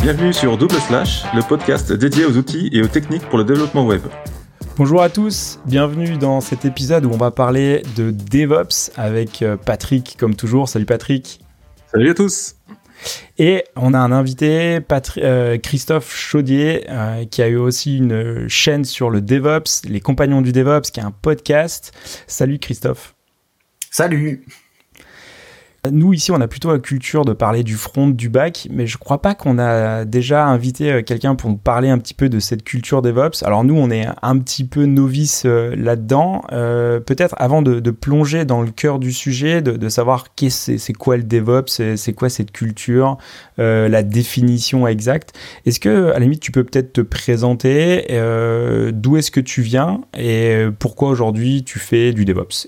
Bienvenue sur Double Slash, le podcast dédié aux outils et aux techniques pour le développement web. Bonjour à tous, bienvenue dans cet épisode où on va parler de DevOps avec Patrick comme toujours. Salut Patrick. Salut à tous. Et on a un invité, Christophe Chaudier, qui a eu aussi une chaîne sur le DevOps, les compagnons du DevOps, qui est un podcast. Salut Christophe. Salut. Nous, ici, on a plutôt la culture de parler du front, du back, mais je crois pas qu'on a déjà invité quelqu'un pour nous parler un petit peu de cette culture DevOps. Alors nous, on est un petit peu novices là-dedans. Peut-être avant de plonger dans le cœur du sujet, de savoir c'est quoi le DevOps, c'est quoi cette culture, la définition exacte. Est-ce que, à la limite, tu peux peut-être te présenter, d'où est-ce que tu viens et pourquoi aujourd'hui tu fais du DevOps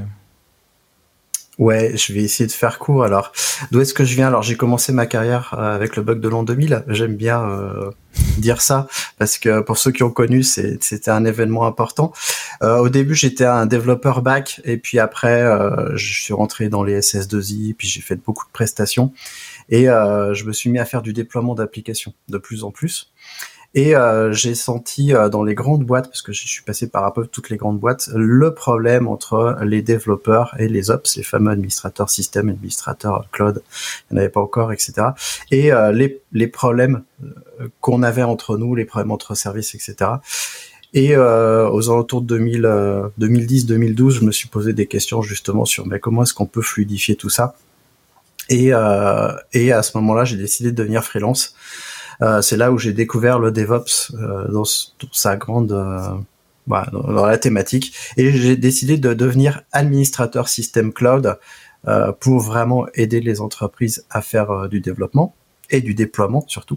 Ouais, je vais essayer de faire court. Alors, d'où est-ce que je viens ? Alors, j'ai commencé ma carrière avec le bug de l'an 2000. J'aime bien dire ça parce que pour ceux qui ont connu, c'était un événement important. Au début, j'étais un développeur back et puis après, je suis rentré dans les SS2I, puis j'ai fait beaucoup de prestations et je me suis mis à faire du déploiement d'applications de plus en plus. Et j'ai senti dans les grandes boîtes, parce que je suis passé par un peu toutes les grandes boîtes, le problème entre les développeurs et les ops, les fameux administrateurs système, administrateurs cloud, il n'y en avait pas encore, etc. Et les problèmes qu'on avait entre nous, les problèmes entre services, etc. Et aux alentours de 2010-2012, je me suis posé des questions justement sur comment est-ce qu'on peut fluidifier tout ça. Et à ce moment-là, j'ai décidé de devenir freelance. C'est là où j'ai découvert le DevOps dans sa grande dans la thématique, et j'ai décidé de devenir administrateur système cloud pour vraiment aider les entreprises à faire du développement et du déploiement surtout.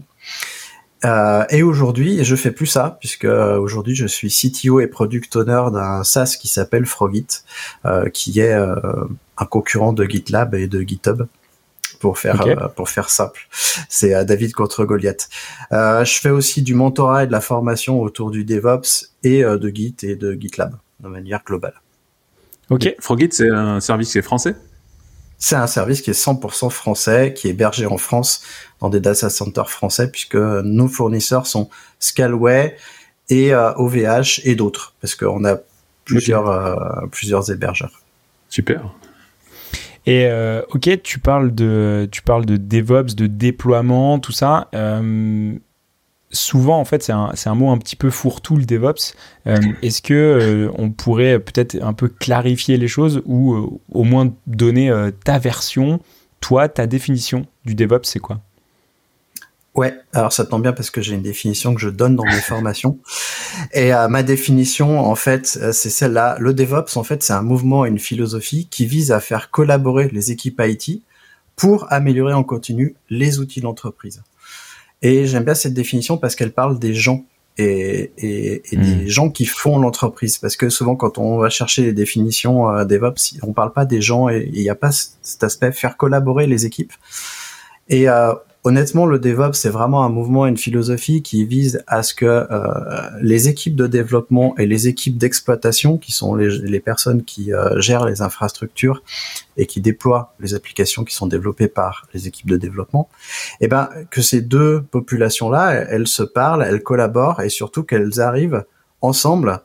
Et aujourd'hui, je fais plus ça puisque aujourd'hui je suis CTO et product owner d'un SaaS qui s'appelle Frogit, qui est un concurrent de GitLab et de GitHub. Pour faire simple, c'est David contre Goliath. Je fais aussi du mentorat et de la formation autour du DevOps et de Git et de GitLab de manière globale. Ok. Frogit, c'est un service qui est français ? C'est un service qui est 100% français, qui est hébergé en France dans des data centers français, puisque nos fournisseurs sont Scalway et OVH et d'autres, parce qu'on a plusieurs hébergeurs. Super. Et ok, tu parles de DevOps, de déploiement, tout ça. Souvent, en fait, c'est un mot un petit peu fourre-tout, le DevOps. Est-ce que on pourrait peut-être un peu clarifier les choses ou au moins donner ta version, toi, ta définition du DevOps, c'est quoi ? Ouais, alors ça tombe bien parce que j'ai une définition que je donne dans mes formations. Et ma définition, en fait, c'est celle-là. Le DevOps, en fait, c'est un mouvement et une philosophie qui vise à faire collaborer les équipes IT pour améliorer en continu les outils de l'entreprise. Et j'aime bien cette définition parce qu'elle parle des gens et des gens qui font l'entreprise. Parce que souvent, quand on va chercher les définitions DevOps, on parle pas des gens et il n'y a pas cet aspect faire collaborer les équipes. Et honnêtement, le DevOps, c'est vraiment un mouvement et une philosophie qui vise à ce que les équipes de développement et les équipes d'exploitation, qui sont les personnes qui gèrent les infrastructures et qui déploient les applications qui sont développées par les équipes de développement, que ces deux populations-là, elles se parlent, elles collaborent et surtout qu'elles arrivent ensemble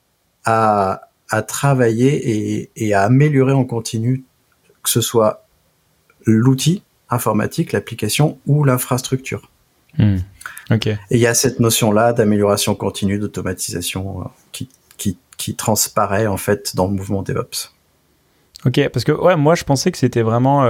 à travailler et à améliorer en continu, que ce soit l'outil informatique, l'application ou l'infrastructure. Okay. Et il y a cette notion-là d'amélioration continue, d'automatisation qui transparaît en fait dans le mouvement DevOps. Ok, parce que moi je pensais que c'était vraiment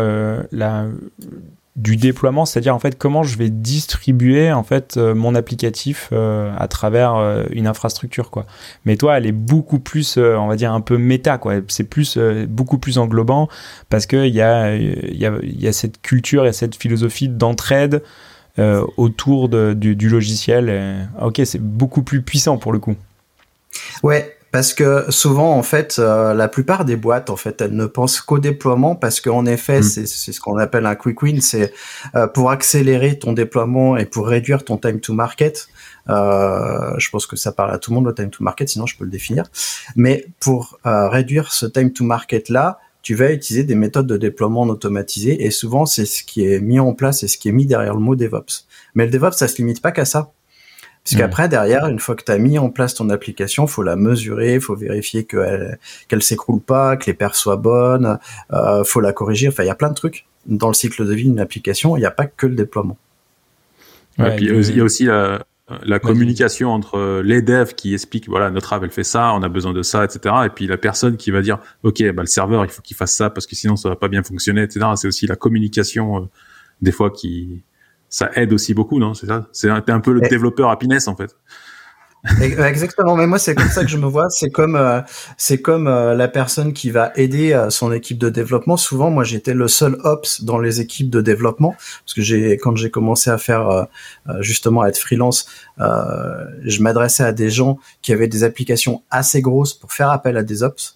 du déploiement, c'est-à-dire en fait comment je vais distribuer en fait mon applicatif à travers une infrastructure quoi. Mais toi, elle est beaucoup plus, on va dire un peu méta quoi. C'est plus beaucoup plus englobant parce que il y a cette culture et cette philosophie d'entraide autour du logiciel. Ok, c'est beaucoup plus puissant pour le coup. Ouais. Parce que souvent, en fait, la plupart des boîtes, en fait, elles ne pensent qu'au déploiement parce qu'en effet, c'est ce qu'on appelle un quick win, c'est pour accélérer ton déploiement et pour réduire ton time to market. Je pense que ça parle à tout le monde, le time to market, sinon je peux le définir. Mais pour réduire ce time to market-là, tu vas utiliser des méthodes de déploiement automatisées et souvent, c'est ce qui est mis en place et ce qui est mis derrière le mot DevOps. Mais le DevOps, ça se limite pas qu'à ça. Parce qu'après, derrière, une fois que tu as mis en place ton application, faut la mesurer, faut vérifier qu'elle s'écroule pas, que les perfs soient bonnes, faut la corriger. Enfin, il y a plein de trucs dans le cycle de vie d'une application. Il n'y a pas que le déploiement. Ouais, puis il y a aussi la communication entre les devs qui expliquent, voilà, notre app, elle fait ça, on a besoin de ça, etc. Et puis la personne qui va dire, OK, bah, le serveur, il faut qu'il fasse ça parce que sinon ça va pas bien fonctionner, etc. C'est aussi la communication, des fois ça aide aussi beaucoup, non? C'est ça? T'es un peu le développeur happiness, en fait. Exactement, mais moi c'est comme ça que je me vois. C'est comme la personne qui va aider son équipe de développement. Souvent, moi j'étais le seul ops dans les équipes de développement parce que quand j'ai commencé à faire justement à être freelance, je m'adressais à des gens qui avaient des applications assez grosses pour faire appel à des ops,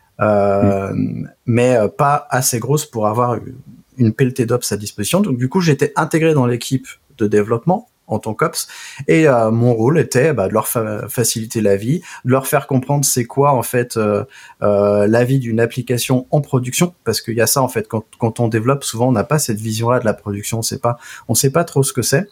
mais pas assez grosses pour avoir une pelletée d'ops à disposition. Donc du coup, j'étais intégré dans l'équipe de développement en tant qu'ops, et mon rôle était de leur faciliter la vie, de leur faire comprendre c'est quoi en fait la vie d'une application en production, parce qu'il y a ça en fait quand on développe, souvent on n'a pas cette vision-là de la production, on sait pas trop ce que c'est,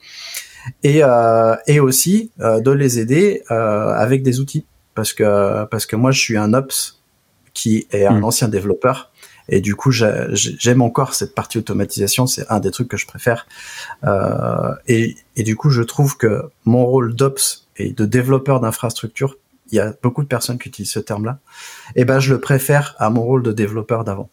et aussi de les aider avec des outils, parce que moi je suis un ops qui est un ancien développeur. Et du coup, j'aime encore cette partie automatisation. C'est un des trucs que je préfère. Et du coup, je trouve que mon rôle d'ops et de développeur d'infrastructure, il y a beaucoup de personnes qui utilisent ce terme-là, et ben, je le préfère à mon rôle de développeur d'avant.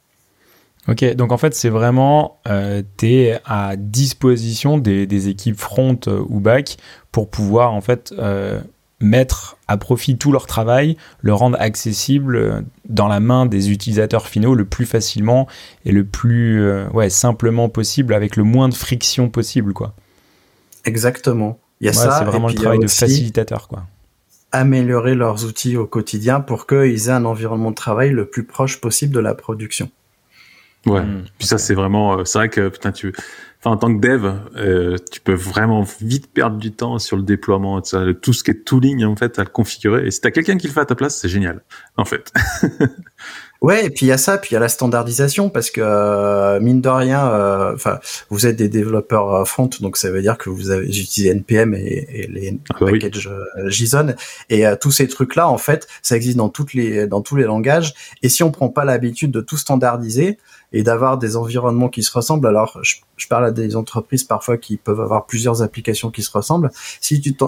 Ok, donc en fait, c'est vraiment, t'es à disposition des équipes front ou back pour pouvoir, en fait, mettre à profit tout leur travail, le rendre accessible dans la main des utilisateurs finaux le plus facilement et le plus simplement possible, avec le moins de friction possible, quoi. Exactement. Il y a ça. C'est vraiment le travail de facilitateur, quoi. Améliorer leurs outils au quotidien pour qu'ils aient un environnement de travail le plus proche possible de la production. Ouais. Puis ça, c'est vraiment, c'est vrai que putain, en tant que dev, tu peux vraiment vite perdre du temps sur le déploiement, tout ce qui est tooling, en fait, à le configurer. Et si t'as quelqu'un qui le fait à ta place, c'est génial, en fait. Ouais, et puis il y a ça, puis il y a la standardisation, parce que mine de rien, vous êtes des développeurs front, donc ça veut dire que vous utilisez NPM et les packages JSON, et tous ces trucs-là, en fait, ça existe dans tous les langages. Et si on prend pas l'habitude de tout standardiser et d'avoir des environnements qui se ressemblent, alors je parle à des entreprises parfois qui peuvent avoir plusieurs applications qui se ressemblent. Si tu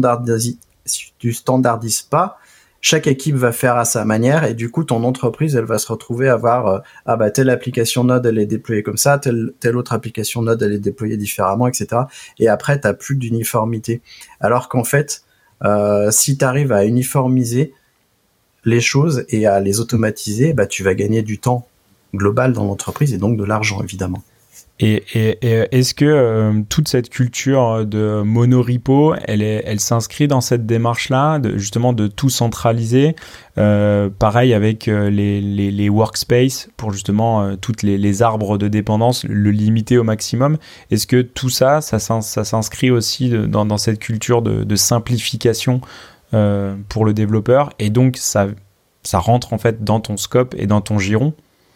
standardises pas, chaque équipe va faire à sa manière, et du coup ton entreprise elle va se retrouver à avoir telle application Node elle est déployée comme ça, telle autre application Node elle est déployée différemment, etc. Et après t'as plus d'uniformité. Alors qu'en fait si tu arrives à uniformiser les choses et à les automatiser, tu vas gagner du temps global dans l'entreprise et donc de l'argent évidemment. Et est-ce que toute cette culture de monorepo, elle s'inscrit dans cette démarche-là, justement de tout centraliser, pareil avec les workspaces, pour justement toutes les arbres de dépendance, le limiter au maximum. Est-ce que tout ça s'inscrit aussi dans cette culture de simplification pour le développeur, et donc ça rentre en fait dans ton scope et dans ton giron?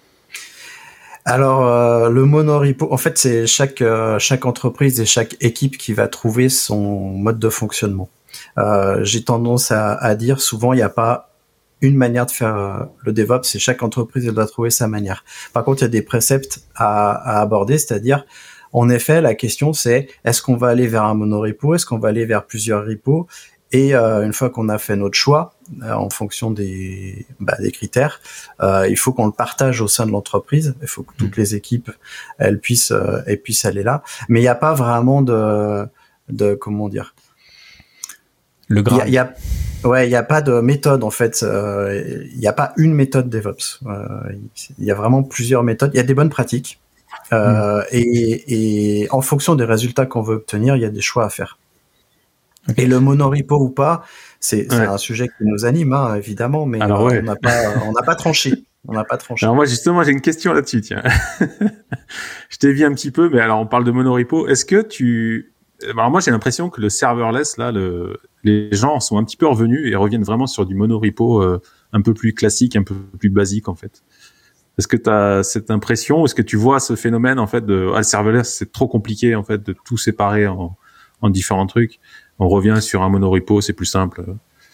Alors le monorepo, en fait, c'est chaque entreprise et chaque équipe qui va trouver son mode de fonctionnement. J'ai tendance à dire souvent il n'y a pas une manière de faire le DevOps, et chaque entreprise elle doit trouver sa manière. Par contre, il y a des préceptes à aborder, c'est-à-dire en effet la question c'est est-ce qu'on va aller vers un monorepo, est-ce qu'on va aller vers plusieurs repos? Et une fois qu'on a fait notre choix, en fonction des critères, il faut qu'on le partage au sein de l'entreprise. Il faut que toutes les équipes elles puissent aller là. Mais il n'y a pas vraiment de comment dire. Le Graal. Il y a pas de méthode en fait. Il n'y a pas une méthode DevOps. Il y a vraiment plusieurs méthodes. Il y a des bonnes pratiques et en fonction des résultats qu'on veut obtenir, il y a des choix à faire. Okay. Et le monorepo ou pas, c'est un sujet qui nous anime, hein, évidemment, mais on n'a pas tranché. On n'a pas tranché. Alors moi, justement, j'ai une question là-dessus, tiens. Je t'ai vu un petit peu, mais alors on parle de monorepo. Est-ce que alors moi, j'ai l'impression que le serverless, là, les gens sont un petit peu revenus et reviennent vraiment sur du monorepo un peu plus classique, un peu plus basique, en fait. Est-ce que tu as cette impression, ou est-ce que tu vois ce phénomène, en fait, le serverless, c'est trop compliqué, en fait, de tout séparer en en différents trucs. On revient sur un monorepo, c'est plus simple.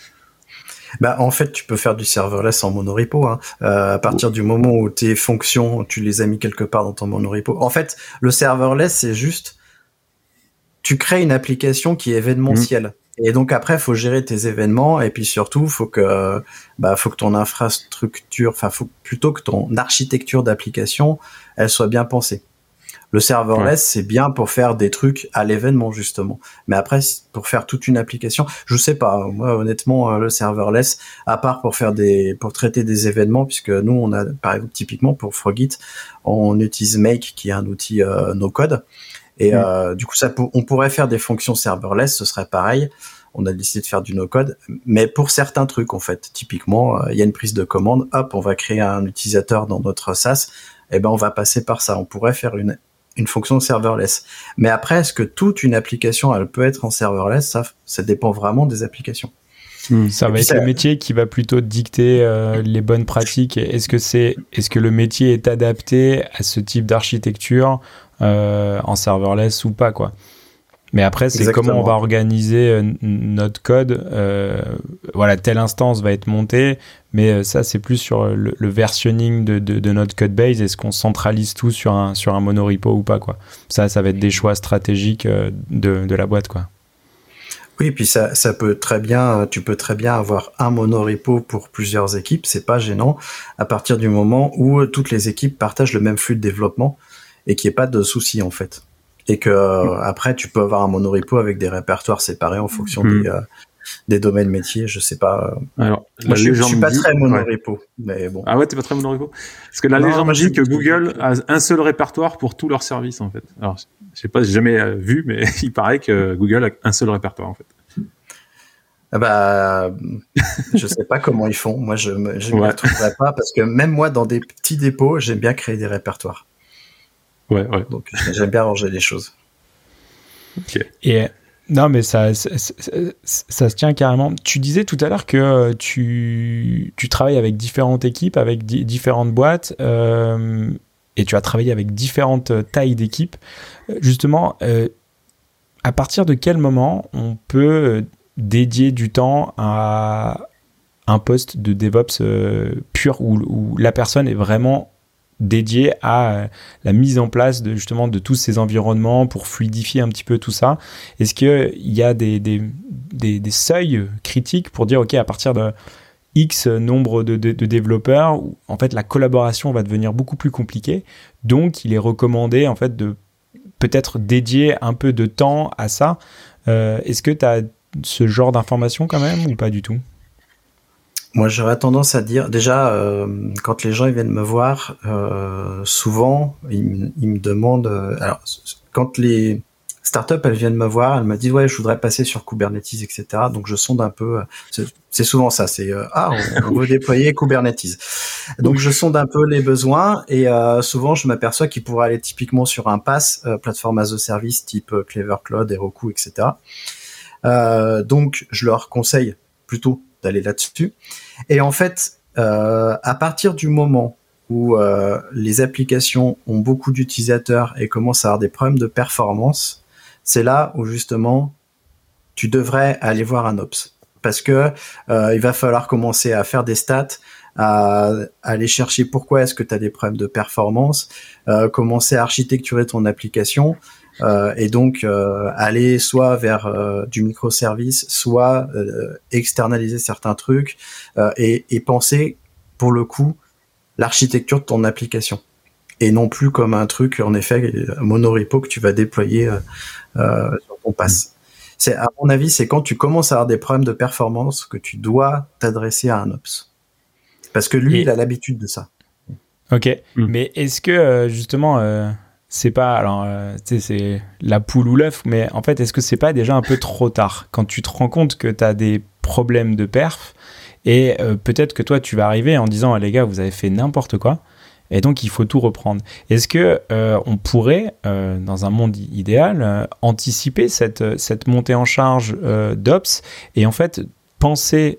En fait, tu peux faire du serverless en monorepo. À partir du moment où tes fonctions, tu les as mis quelque part dans ton monorepo. En fait, le serverless, c'est juste, tu crées une application qui est événementielle. Et donc après, faut gérer tes événements, et puis surtout, faut que ton infrastructure, plutôt que ton architecture d'application, elle soit bien pensée. Le serverless, c'est bien pour faire des trucs à l'événement, justement. Mais après, pour faire toute une application, je sais pas. Moi, honnêtement, le serverless, à part pour traiter des événements, puisque nous, on a, par exemple, typiquement pour Frogit, on utilise Make, qui est un outil no-code. Et du coup, on pourrait faire des fonctions serverless, ce serait pareil. On a décidé de faire du no-code, mais pour certains trucs, en fait. Typiquement, il y a une prise de commande, hop, on va créer un utilisateur dans notre SaaS, on va passer par ça. On pourrait faire une fonction serverless. Mais après, est-ce que toute une application, elle peut être en serverless? Ça dépend vraiment des applications. Ça va être le métier qui va plutôt dicter les bonnes pratiques. Est-ce que le métier est adapté à ce type d'architecture en serverless ou pas, quoi. Mais après, c'est Exactement. Comment on va organiser notre code. Telle instance va être montée, mais ça, c'est plus sur le versionning de notre code base. Est-ce qu'on centralise tout sur un monorepo ou pas, quoi. Ça va être des choix stratégiques de la boîte, quoi. Oui, puis ça peut très bien, tu peux très bien avoir un monorepo pour plusieurs équipes, c'est pas gênant, à partir du moment où toutes les équipes partagent le même flux de développement et qu'il n'y ait pas de soucis, en fait. Et que après, tu peux avoir un monorepo avec des répertoires séparés en fonction des domaines métiers, je sais pas. Alors, moi, je suis pas très monorepo, mais bon. Ah ouais, t'es pas très monorepo? Parce que la légende dit que Google a un seul répertoire pour tous leurs services, en fait. Alors, je sais pas, j'ai jamais vu, mais il paraît que Google a un seul répertoire, en fait. Je sais pas comment ils font. Moi, je ne m'y retrouverai pas, parce que même moi, dans des petits dépôts, j'aime bien créer des répertoires. Ouais. Donc, j'aime bien ranger les choses. Ok. Et non, mais ça se tient carrément. Tu disais tout à l'heure que tu travailles avec différentes équipes, avec différentes boîtes, et tu as travaillé avec différentes tailles d'équipes. Justement, à partir de quel moment on peut dédier du temps à un poste de DevOps pur où la personne est vraiment dédiée à la mise en place de tous ces environnements pour fluidifier un petit peu tout ça? Est-ce qu'il y a des seuils critiques pour dire ok, à partir de X nombre de développeurs, où, en fait la collaboration va devenir beaucoup plus compliquée, donc il est recommandé en fait de peut-être dédier un peu de temps à ça? Est-ce que tu as ce genre d'informations quand même ou pas du tout? Moi, j'aurais tendance à dire, déjà, quand les gens ils viennent me voir, souvent, ils me demandent... alors, quand les startups, elles viennent me voir, elles me disent « Ouais, je voudrais passer sur Kubernetes, etc. » Donc, je sonde un peu... c'est souvent ça, c'est « Ah, on veut déployer Kubernetes. » Donc, je sonde un peu les besoins et souvent, je m'aperçois qu'ils pourraient aller typiquement sur un PaaS, plateforme as a service type Clever Cloud, Heroku, etc. Donc, je leur conseille plutôt d'aller là-dessus. Et en fait, à partir du moment où les applications ont beaucoup d'utilisateurs et commencent à avoir des problèmes de performance, c'est là où justement tu devrais aller voir un Ops. Parce que il va falloir commencer à faire des stats, à aller chercher pourquoi est-ce que tu as des problèmes de performance, commencer à architecturer ton application, et donc aller soit vers du microservice, soit externaliser certains trucs, et penser pour le coup l'architecture de ton application et non plus comme un truc en effet monorepo que tu vas déployer sur ton PaaS. C'est, à mon avis, c'est quand tu commences à avoir des problèmes de performance que tu dois t'adresser à un Ops, parce que lui il a l'habitude de ça. Ok, mais est-ce que justement c'est pas, alors c'est la poule ou l'œuf, mais en fait, est-ce que c'est pas déjà un peu trop tard quand tu te rends compte que tu as des problèmes de perf et peut-être que toi, tu vas arriver en disant les gars, vous avez fait n'importe quoi et donc il faut tout reprendre. Est-ce que on pourrait, dans un monde idéal, anticiper cette montée en charge d'Ops et en fait penser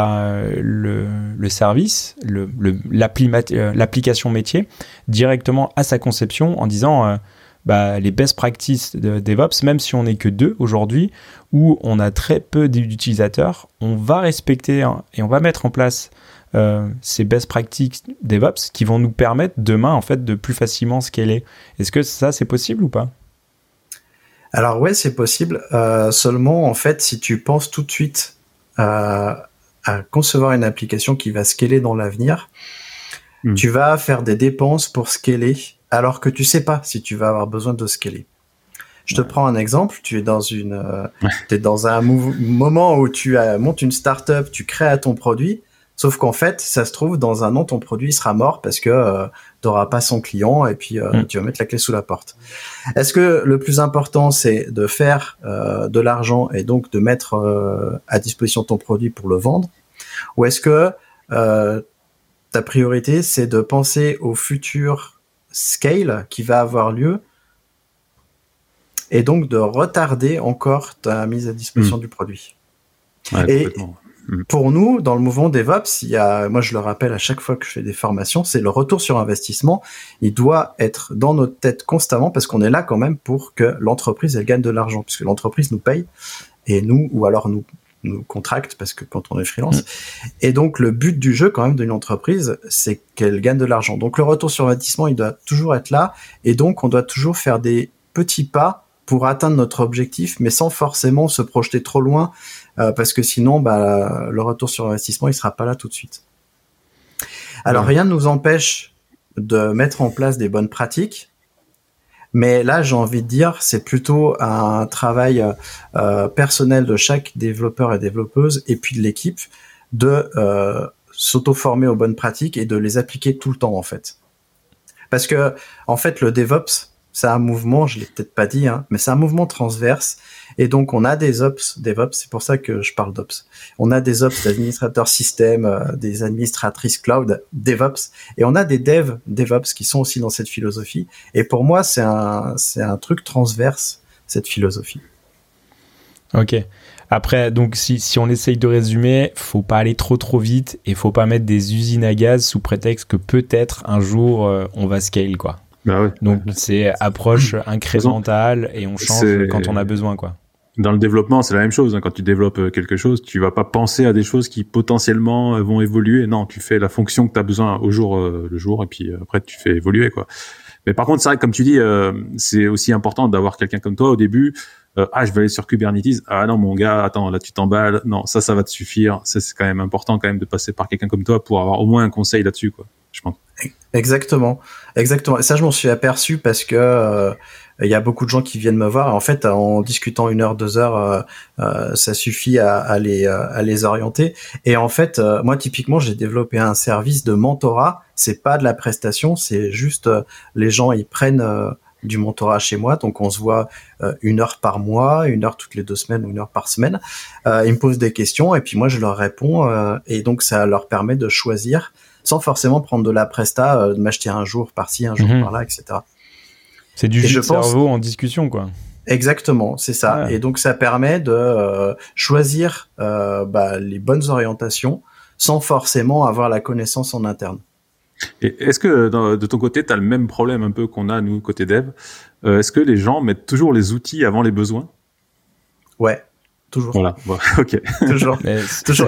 le service, l'application métier directement à sa conception en disant les best practices de DevOps, même si on n'est que 2 aujourd'hui, où on a très peu d'utilisateurs, on va respecter et on va mettre en place ces best practices DevOps qui vont nous permettre demain en fait de plus facilement scaler. Est-ce que ça c'est possible ou pas? Alors ouais, c'est possible. Seulement en fait, si tu penses tout de suite à concevoir une application qui va scaler dans l'avenir, tu vas faire des dépenses pour scaler alors que tu sais pas si tu vas avoir besoin de scaler. Je te prends un exemple. Tu es dans t'es dans un moment où tu montes une startup, tu crées ton produit. Sauf qu'en fait, ça se trouve, dans un an, ton produit sera mort parce que t'auras pas son client et puis tu vas mettre la clé sous la porte. Est-ce que le plus important, c'est de faire de l'argent et donc de mettre à disposition ton produit pour le vendre? Ou est-ce que ta priorité, c'est de penser au futur scale qui va avoir lieu et donc de retarder encore ta mise à disposition du produit? Ouais, et complètement. Pour nous, dans le mouvement DevOps, moi je le rappelle à chaque fois que je fais des formations, c'est le retour sur investissement. Il doit être dans notre tête constamment parce qu'on est là quand même pour que l'entreprise elle gagne de l'argent, puisque l'entreprise nous paye et ou alors nous contracte parce que quand on est freelance. Et donc le but du jeu quand même d'une entreprise, c'est qu'elle gagne de l'argent. Donc le retour sur investissement, il doit toujours être là et donc on doit toujours faire des petits pas pour atteindre notre objectif, mais sans forcément se projeter trop loin, parce que sinon, le retour sur investissement, il sera pas là tout de suite. Alors, rien ne nous empêche de mettre en place des bonnes pratiques, mais là, j'ai envie de dire, c'est plutôt un travail personnel de chaque développeur et développeuse, et puis de l'équipe, de s'auto-former aux bonnes pratiques et de les appliquer tout le temps, en fait. Parce que, en fait, le DevOps, c'est un mouvement, je l'ai peut-être pas dit, mais c'est un mouvement transverse. Et donc, on a des ops, DevOps, c'est pour ça que je parle d'ops. On a des ops d'administrateurs système, des administratrices cloud, DevOps. Et on a des devs, DevOps, qui sont aussi dans cette philosophie. Et pour moi, c'est un truc transverse, cette philosophie. Ok. Après, donc, si on essaye de résumer, faut pas aller trop vite et faut pas mettre des usines à gaz sous prétexte que peut-être un jour, on va scale, quoi. Bah ouais. Donc c'est approche incrémentale et on change quand on a besoin, quoi. Dans le développement, c'est la même chose. Quand tu développes quelque chose, tu vas pas penser à des choses qui potentiellement vont évoluer. Non, tu fais la fonction que tu as besoin au jour le jour et puis après tu fais évoluer, quoi. Mais par contre, c'est vrai que comme tu dis, c'est aussi important d'avoir quelqu'un comme toi au début. Je vais aller sur Kubernetes. Ah non, mon gars, attends, là tu t'emballes. Non, ça va te suffire. Ça, c'est quand même important quand même de passer par quelqu'un comme toi pour avoir au moins un conseil là-dessus, quoi. Je pense. Exactement. Et ça, je m'en suis aperçu parce que il y a beaucoup de gens qui viennent me voir. Et en fait, en discutant 1 heure, 2 heures, ça suffit à les orienter. Et en fait, moi, typiquement, j'ai développé un service de mentorat. C'est pas de la prestation, c'est juste les gens, ils prennent du mentorat chez moi. Donc, on se voit 1 heure par mois, 1 heure toutes les 2 semaines ou 1 heure par semaine. Ils me posent des questions et puis moi, je leur réponds. Et donc, ça leur permet de choisir sans forcément prendre de la presta, de m'acheter un jour par-ci, un jour par-là, etc. C'est du jus de cerveau en discussion, quoi. Exactement, c'est ça. Ouais. Et donc, ça permet de choisir les bonnes orientations sans forcément avoir la connaissance en interne. Et est-ce que de ton côté, tu as le même problème un peu qu'on a, nous, côté dev? Est-ce que les gens mettent toujours les outils avant les besoins? Ouais, toujours. Voilà, ok. Toujours. Toujours.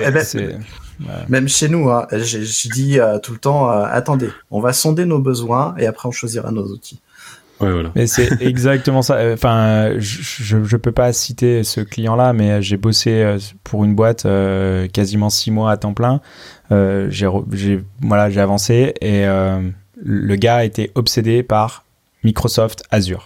Même chez nous, je dis tout le temps, attendez, on va sonder nos besoins et après on choisira nos outils. Ouais, voilà. Mais c'est exactement ça. Enfin, je peux pas citer ce client-là, mais j'ai bossé pour une boîte quasiment 6 mois à temps plein. J'ai avancé et le gars était obsédé par Microsoft Azure.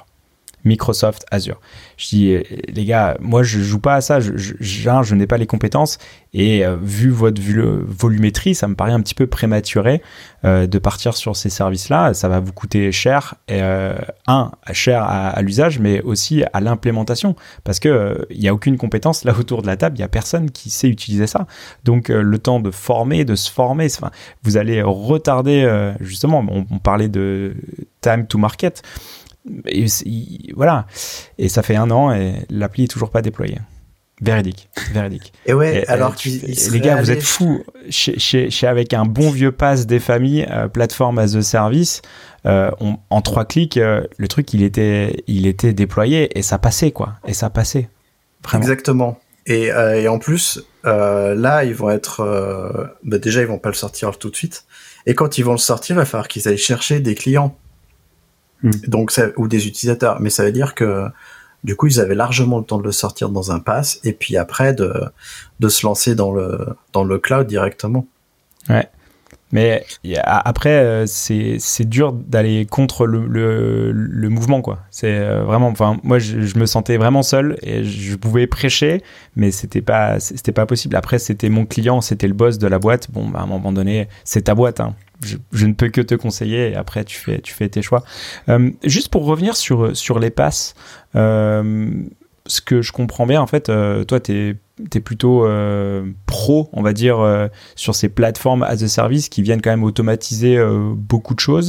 Je dis, les gars, moi je joue pas à ça, je n'ai pas les compétences et vu votre volumétrie, ça me paraît un petit peu prématuré de partir sur ces services-là. Ça va vous coûter cher, cher à l'usage, mais aussi à l'implémentation parce que il y a aucune compétence là autour de la table, il y a personne qui sait utiliser ça. Donc le temps de se former, vous allez retarder justement. On parlait de time to market. Et voilà, et ça fait 1 an et l'appli est toujours pas déployée. Véridique. Et ouais, et, alors les gars, vous êtes fous. Chez avec un bon vieux pass des familles, plateforme as a service, en 3 clics, le truc il était déployé et ça passait quoi. Et ça passait. Vraiment. Exactement. Et en plus, là, ils vont être... déjà, ils vont pas le sortir tout de suite. Et quand ils vont le sortir, il va falloir qu'ils aillent chercher des clients. Donc, ou des utilisateurs. Mais ça veut dire que, du coup, ils avaient largement le temps de le sortir dans un pass. Et puis après, de se lancer dans le cloud directement. Ouais. Mais après, c'est dur d'aller contre le mouvement, quoi. C'est vraiment, enfin, moi, je me sentais vraiment seul et je pouvais prêcher, mais c'était pas possible. Après, c'était mon client, c'était le boss de la boîte. Bon, bah, à un moment donné, c'est ta boîte, hein. Je ne peux que te conseiller et après, tu fais tes choix. Juste pour revenir sur les passes, ce que je comprends bien, en fait, toi, t'es plutôt pro, on va dire, sur ces plateformes as a service qui viennent quand même automatiser beaucoup de choses.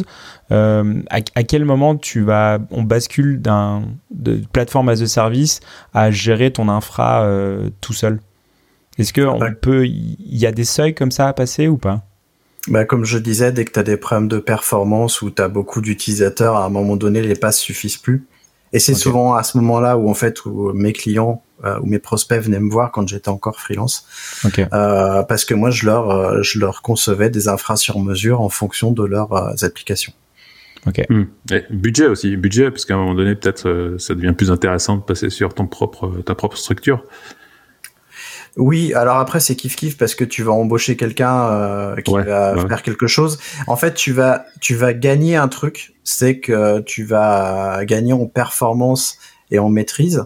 À quel moment on bascule de plateforme as a service à gérer ton infra tout seul? Est-ce que il y a des seuils comme ça à passer ou pas? Bah, comme je disais, dès que tu as des problèmes de performance ou tu as beaucoup d'utilisateurs, à un moment donné, les passes suffisent plus. Et c'est souvent à ce moment-là où mes clients ou mes prospects venaient me voir quand j'étais encore freelance, parce que moi je leur concevais des infras sur mesure en fonction de leurs applications. Et budget aussi, parce qu'à un moment donné peut-être ça devient plus intéressant de passer sur ta propre structure. Oui, alors après c'est kiff parce que tu vas embaucher quelqu'un qui va faire quelque chose. En fait, tu vas gagner un truc, c'est que tu vas gagner en performance et en maîtrise,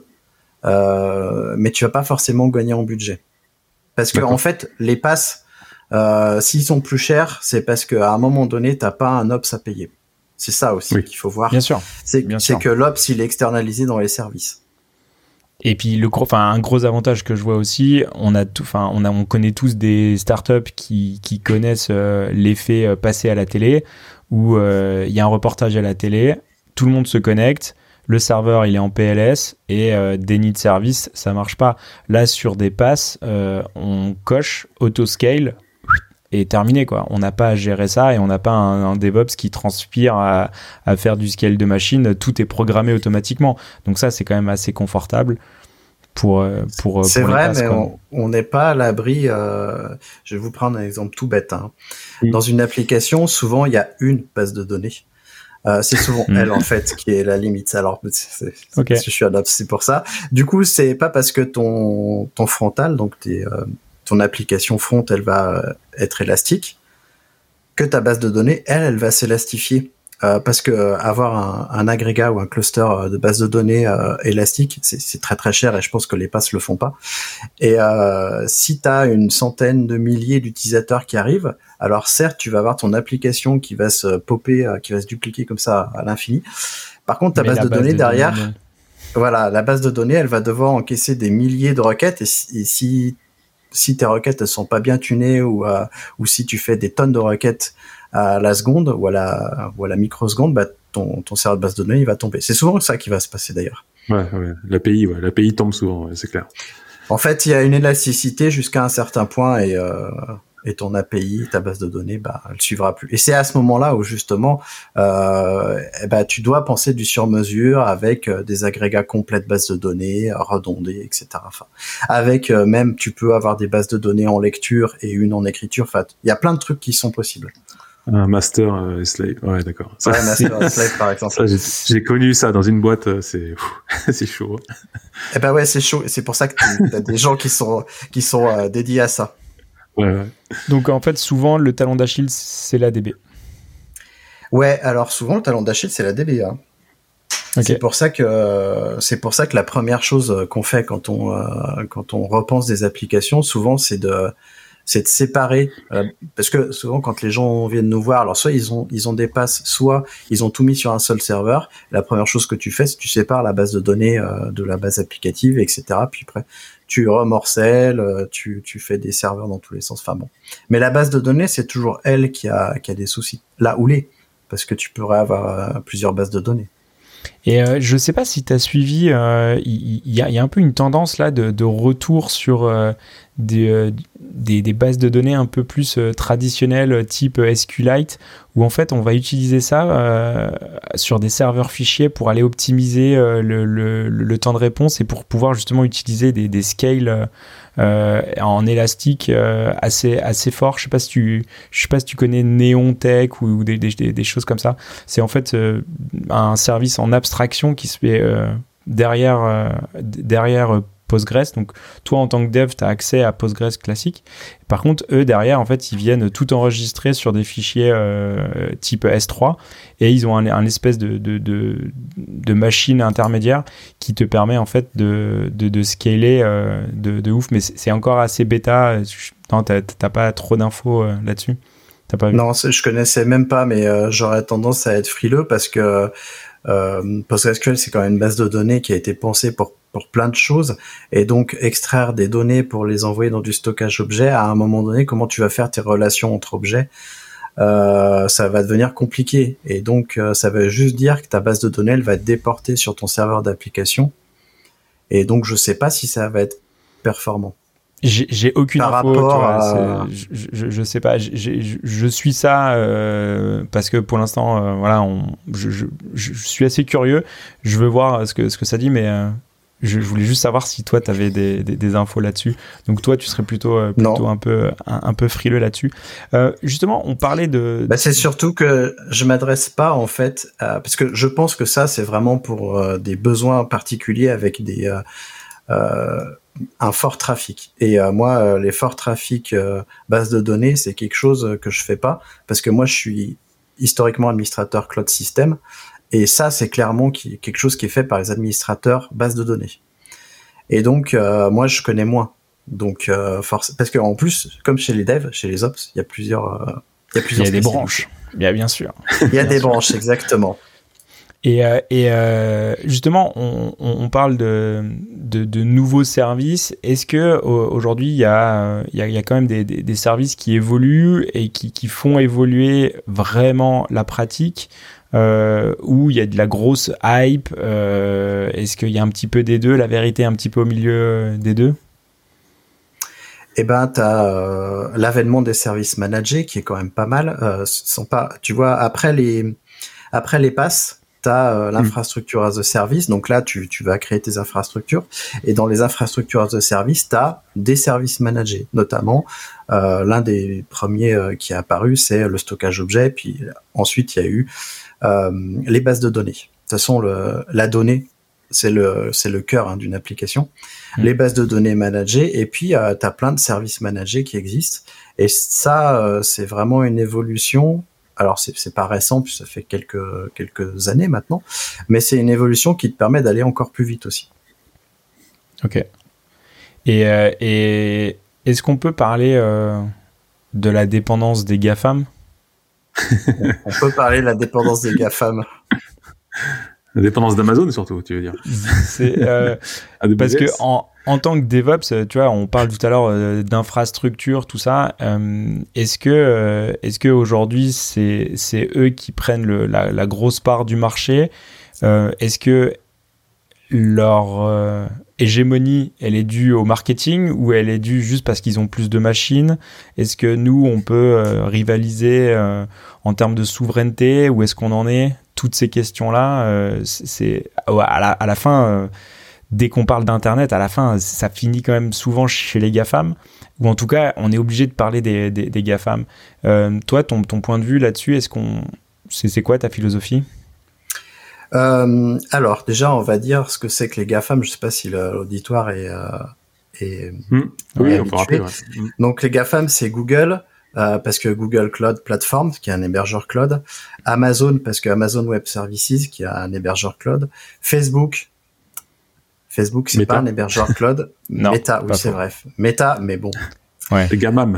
mais tu vas pas forcément gagner en budget. Parce que en fait, les passes, s'ils sont plus chers, c'est parce qu'à un moment donné, t'as pas un ops à payer. C'est ça aussi qu'il faut voir. Bien sûr. C'est que l'ops, il est externalisé dans les services. Et puis un gros avantage que je vois aussi, on connaît tous des startups qui connaissent l'effet passé à la télé, où il y a un reportage à la télé, tout le monde se connecte, le serveur il est en PLS et déni de service, ça marche pas. Là sur des passes, on coche autoscale et terminé quoi. On n'a pas à gérer ça et on n'a pas un DevOps qui transpire à faire du scale de machine. Tout est programmé automatiquement. Donc ça c'est quand même assez confortable pour c'est pour vrai, passes, mais quoi. on n'est pas à l'abri. Je vais vous prendre un exemple tout bête. Hein. Dans une application, souvent il y a une base de données. C'est souvent elle en fait qui est la limite. Alors parce que je suis un ops, c'est pour ça. Du coup, c'est pas parce que ton frontal, donc ton application front, elle va être élastique, que ta base de données, elle va s'élastifier. Parce que avoir un agrégat ou un cluster de base de données élastique, c'est très très cher et je pense que les passes le font pas. Et si tu as une centaine de milliers d'utilisateurs qui arrivent, alors certes, tu vas avoir ton application qui va se popper, qui va se dupliquer comme ça à l'infini. Par contre, ta base de données derrière, voilà, la base de données, elle va devoir encaisser des milliers de requêtes et si tes requêtes elles sont pas bien tunées ou si tu fais des tonnes de requêtes à la seconde ou à la microseconde, bah ton serveur de base de données il va tomber. C'est souvent ça qui va se passer d'ailleurs. L'API tombe souvent, c'est clair. En fait, il y a une élasticité jusqu'à un certain point et ton API, ta base de données, bah elle suivra plus. Et c'est à ce moment-là où justement, tu dois penser du sur-mesure avec des agrégats complets de bases de données, redondés, etc. Enfin, avec même tu peux avoir des bases de données en lecture et une en écriture. Enfin, il y a plein de trucs qui sont possibles. Un master et slave, ouais d'accord. Ouais, master et slave par exemple. Ça, j'ai connu ça dans une boîte, c'est chaud. Eh ben ouais, c'est chaud. C'est pour ça que t'as des gens qui sont dédiés à ça. Ouais. Donc en fait, souvent le talon d'Achille c'est la DB. Ouais, alors souvent le talon d'Achille c'est la DBA. C'est pour ça que la première chose qu'on fait quand on repense des applications, souvent c'est de séparer, parce que souvent quand les gens viennent nous voir, alors soit ils ont des passes, soit ils ont tout mis sur un seul serveur. La première chose que tu fais, c'est que tu sépares la base de données de la base applicative, etc. Puis après tu remorcelles, tu fais des serveurs dans tous les sens. Enfin bon, mais la base de données c'est toujours elle qui a des soucis. Là où parce que tu pourrais avoir plusieurs bases de données. Et je sais pas si tu as suivi, il y a un peu une tendance là de retour sur des bases de données un peu plus traditionnelles type SQLite, où en fait on va utiliser ça sur des serveurs fichiers pour aller optimiser le temps de réponse et pour pouvoir justement utiliser des scales en élastique assez fort. Je sais pas si tu connais Neon Tech ou des choses comme ça. C'est en fait un service en abstraction qui se fait derrière Postgres. Donc toi en tant que dev, tu as accès à Postgres classique. Par contre, eux derrière, en fait, ils viennent tout enregistrer sur des fichiers type S3 et ils ont un espèce de machine intermédiaire qui te permet en fait de scaler de ouf. Mais c'est encore assez bêta. Non, t'as pas trop d'infos là-dessus. T'as pas vu? Non, je connaissais même pas, mais j'aurais tendance à être frileux parce que PostgreSQL, c'est quand même une base de données qui a été pensée pour plein de choses, et donc extraire des données pour les envoyer dans du stockage objet, à un moment donné, comment tu vas faire tes relations entre objets, ça va devenir compliqué, et donc ça veut juste dire que ta base de données, elle va être déportée sur ton serveur d'application, et donc je sais pas si ça va être performant. J'ai aucune par info, rapport à... je sais pas, je suis ça parce que pour l'instant voilà, je suis assez curieux, je veux voir ce que ça dit, mais je voulais juste savoir si toi tu avais des infos là-dessus. Donc toi tu serais plutôt un peu frileux là-dessus. Justement, on parlait de c'est surtout que je m'adresse pas en fait parce que je pense que ça c'est vraiment pour des besoins particuliers avec des un fort trafic. Et moi, les forts trafics bases de données, c'est quelque chose que je fais pas parce que moi, je suis historiquement administrateur cloud system, et ça, c'est clairement quelque chose qui est fait par les administrateurs bases de données. Et donc, moi, je connais moins. Donc, parce que en plus, comme chez les devs, chez les ops, il y a plusieurs des branches. Bien sûr. Il y a des branches, exactement. Et justement, on parle de nouveaux services. Est-ce que aujourd'hui il y a quand même des services qui évoluent et qui font évoluer vraiment la pratique, où il y a de la grosse hype? Est-ce qu'il y a un petit peu des deux, la vérité un petit peu au milieu des deux? Eh ben, t'as l'avènement des services managés qui est quand même pas mal. Sont pas, tu vois, après les passes, t'as l'infrastructure as a service, donc là tu vas créer tes infrastructures, et dans les infrastructures as a service, t'as des services managés, notamment l'un des premiers qui est apparu, c'est le stockage objet, puis ensuite il y a eu les bases de données. De toute façon, la donnée, c'est le cœur d'une application. Les bases de données managées, et puis t'as plein de services managés qui existent, et ça c'est vraiment une évolution. Alors c'est pas récent, puis ça fait quelques années maintenant, mais c'est une évolution qui te permet d'aller encore plus vite aussi. Ok. Et est-ce qu'on peut parler de la dépendance des GAFAM? On peut parler de la dépendance des GAFAM. La dépendance d'Amazon surtout, tu veux dire? C'est parce que en tant que DevOps, tu vois, on parle tout à l'heure d'infrastructure, tout ça. Est-ce que aujourd'hui c'est eux qui prennent la grosse part du marché? Est-ce que leur hégémonie, elle est due au marketing, ou elle est due juste parce qu'ils ont plus de machines? Est-ce que nous, on peut rivaliser en termes de souveraineté? Où est-ce qu'on en est? Toutes ces questions-là, c'est à la fin, dès qu'on parle d'Internet, à la fin, ça finit quand même souvent chez les GAFAM, ou en tout cas, on est obligé de parler des GAFAM. Toi, ton point de vue là-dessus, c'est quoi ta philosophie? Alors, déjà, on va dire ce que c'est que les GAFAM. Je sais pas si l'auditoire est oui, on peut rappeler. Ouais. Donc, les GAFAM, c'est Google, parce que Google Cloud Platform, qui est un hébergeur cloud, Amazon, parce que Amazon Web Services, qui est un hébergeur cloud, Facebook, c'est Meta. pas un hébergeur cloud. Non, Meta, oui, c'est vrai. Meta, mais bon. Ouais. Les GAMAM.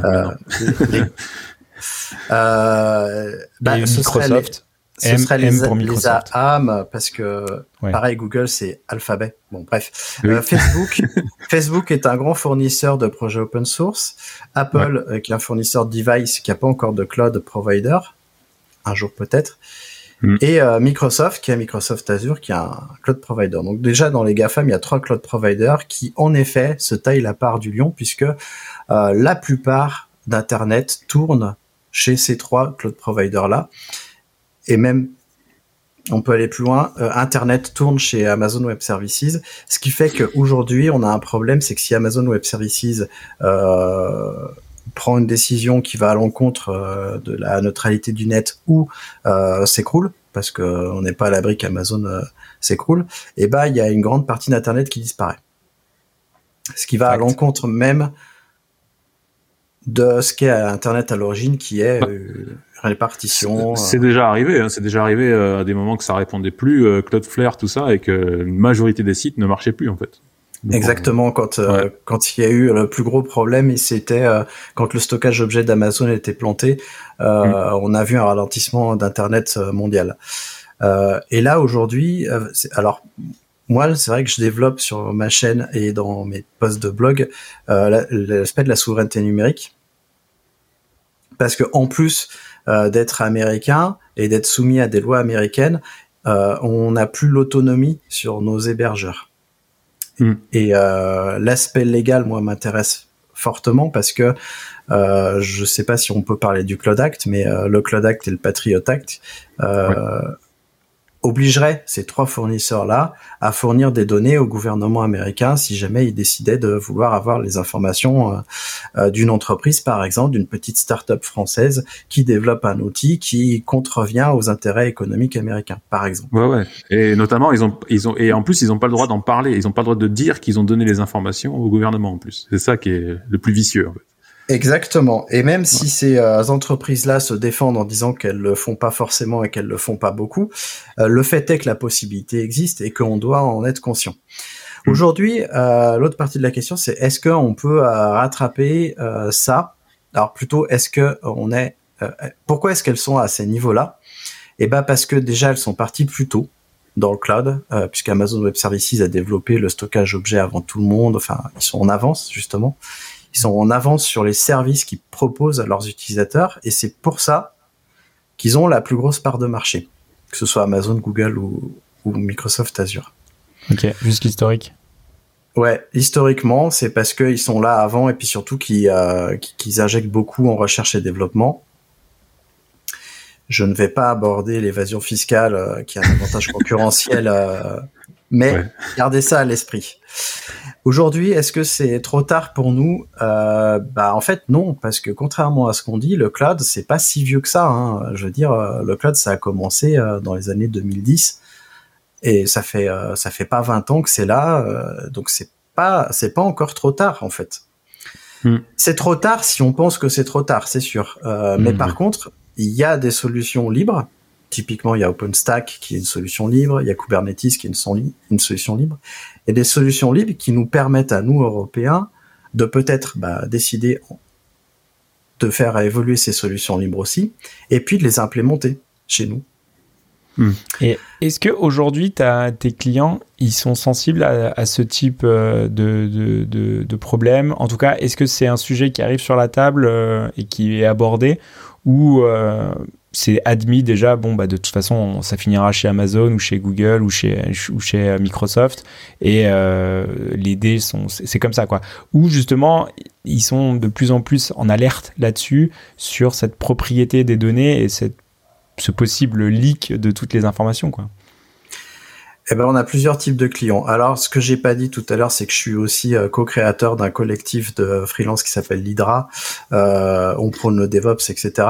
Microsoft. Ce serait les Microsoft. AM, parce que pareil, Google, c'est Alphabet. Bon, bref. Oui. Facebook est un grand fournisseur de projets open source. Apple, qui est un fournisseur de device qui n'a pas encore de cloud provider. Un jour peut-être. Et Microsoft, qui a Microsoft Azure, qui a un cloud provider. Donc déjà, dans les GAFAM, il y a 3 cloud providers qui, en effet, se taillent la part du lion, puisque la plupart d'Internet tourne chez ces 3 cloud providers-là. Et même, on peut aller plus loin, Internet tourne chez Amazon Web Services, ce qui fait qu'aujourd'hui, on a un problème, c'est que si Amazon Web Services prend une décision qui va à l'encontre de la neutralité du net ou s'écroule, parce que on n'est pas à l'abri qu'Amazon s'écroule, et ben il y a une grande partie d'Internet qui disparaît. Ce qui va à l'encontre même de ce qu'est Internet à l'origine, qui est répartition. C'est déjà arrivé, hein, c'est déjà arrivé à des moments que ça répondait plus, Cloudflare, tout ça, et que une majorité des sites ne marchaient plus en fait. Donc, exactement, quand il y a eu le plus gros problème, et c'était quand le stockage objet d'Amazon était planté, on a vu un ralentissement d'Internet mondial. Et là aujourd'hui, alors moi c'est vrai que je développe sur ma chaîne et dans mes posts de blog l'aspect de la souveraineté numérique, parce que en plus d'être américain et d'être soumis à des lois américaines, on n'a plus l'autonomie sur nos hébergeurs. Et l'aspect légal, moi, m'intéresse fortement parce que je sais pas si on peut parler du Cloud Act, mais le Cloud Act et le Patriot Act obligeraient ces 3 fournisseurs-là à fournir des données au gouvernement américain si jamais ils décidaient de vouloir avoir les informations d'une entreprise, par exemple, d'une petite start-up française qui développe un outil qui contrevient aux intérêts économiques américains, par exemple. Ouais. Et notamment, ils ont, et en plus, ils ont pas le droit d'en parler. Ils ont pas le droit de dire qu'ils ont donné les informations au gouvernement, en plus. C'est ça qui est le plus vicieux, en fait. Exactement. Et même si ces entreprises-là se défendent en disant qu'elles le font pas forcément et qu'elles le font pas beaucoup, le fait est que la possibilité existe et qu'on doit en être conscient. Aujourd'hui, l'autre partie de la question, c'est est-ce qu'on peut rattraper ça? Alors plutôt, est-ce que on est pourquoi est-ce qu'elles sont à ces niveaux-là? Eh ben parce que déjà elles sont parties plus tôt dans le cloud, puisqu'Amazon Web Services a développé le stockage objet avant tout le monde. Enfin, ils sont en avance justement. Ils sont en avance sur les services qu'ils proposent à leurs utilisateurs, et c'est pour ça qu'ils ont la plus grosse part de marché, que ce soit Amazon, Google ou Microsoft Azure. Ok, juste l'historique. Ouais, historiquement, c'est parce qu'ils sont là avant, et puis surtout qu'ils injectent beaucoup en recherche et développement. Je ne vais pas aborder l'évasion fiscale, qui a un avantage concurrentiel, mais gardez ça à l'esprit. Aujourd'hui, est-ce que c'est trop tard pour nous? En fait, non, parce que contrairement à ce qu'on dit, le cloud, c'est pas si vieux que ça, hein. Je veux dire, le cloud, ça a commencé dans les années 2010, et ça fait pas 20 ans que c'est là, donc c'est pas encore trop tard, en fait. C'est trop tard si on pense que c'est trop tard, c'est sûr. Mais par contre, il y a des solutions libres. Typiquement, il y a OpenStack qui est une solution libre, il y a Kubernetes qui est une solution libre, et des solutions libres qui nous permettent à nous, Européens, de peut-être décider de faire évoluer ces solutions libres aussi, et puis de les implémenter chez nous. Et est-ce que aujourd'hui tes clients ils sont sensibles à ce type de problème? En tout cas, est-ce que c'est un sujet qui arrive sur la table et qui est abordé, ou c'est admis déjà, de toute façon, ça finira chez Amazon ou chez Google ou chez Microsoft, et l'idée c'est comme ça, quoi. Ou justement, ils sont de plus en plus en alerte là-dessus, sur cette propriété des données et ce possible leak de toutes les informations, quoi. On a plusieurs types de clients. Alors, ce que j'ai pas dit tout à l'heure, c'est que je suis aussi co-créateur d'un collectif de freelance qui s'appelle l'Hydra. On prône le DevOps, etc.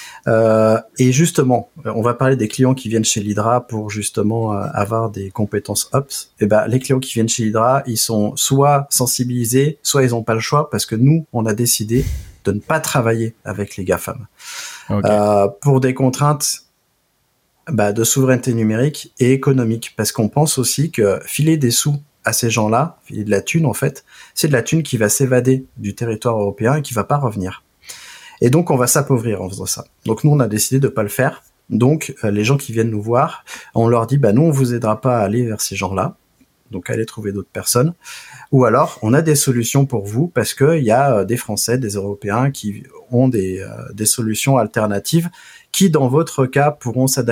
Et justement, on va parler des clients qui viennent chez l'Hydra pour justement avoir des compétences Ops. Les clients qui viennent chez l'Hydra, ils sont soit sensibilisés, soit ils ont pas le choix, parce que nous, on a décidé de ne pas travailler avec les GAFAM. Okay. Pour des contraintes de souveraineté numérique et économique, parce qu'on pense aussi que filer des sous à ces gens-là, filer de la thune en fait, c'est de la thune qui va s'évader du territoire européen et qui va pas revenir. Et donc on va s'appauvrir en faisant ça. Donc nous on a décidé de pas le faire. Donc les gens qui viennent nous voir, on leur dit nous on vous aidera pas à aller vers ces gens-là. Donc allez trouver d'autres personnes. Ou alors on a des solutions pour vous, parce que il y a des Français, des Européens qui ont des solutions alternatives qui dans votre cas pourront s'adapter.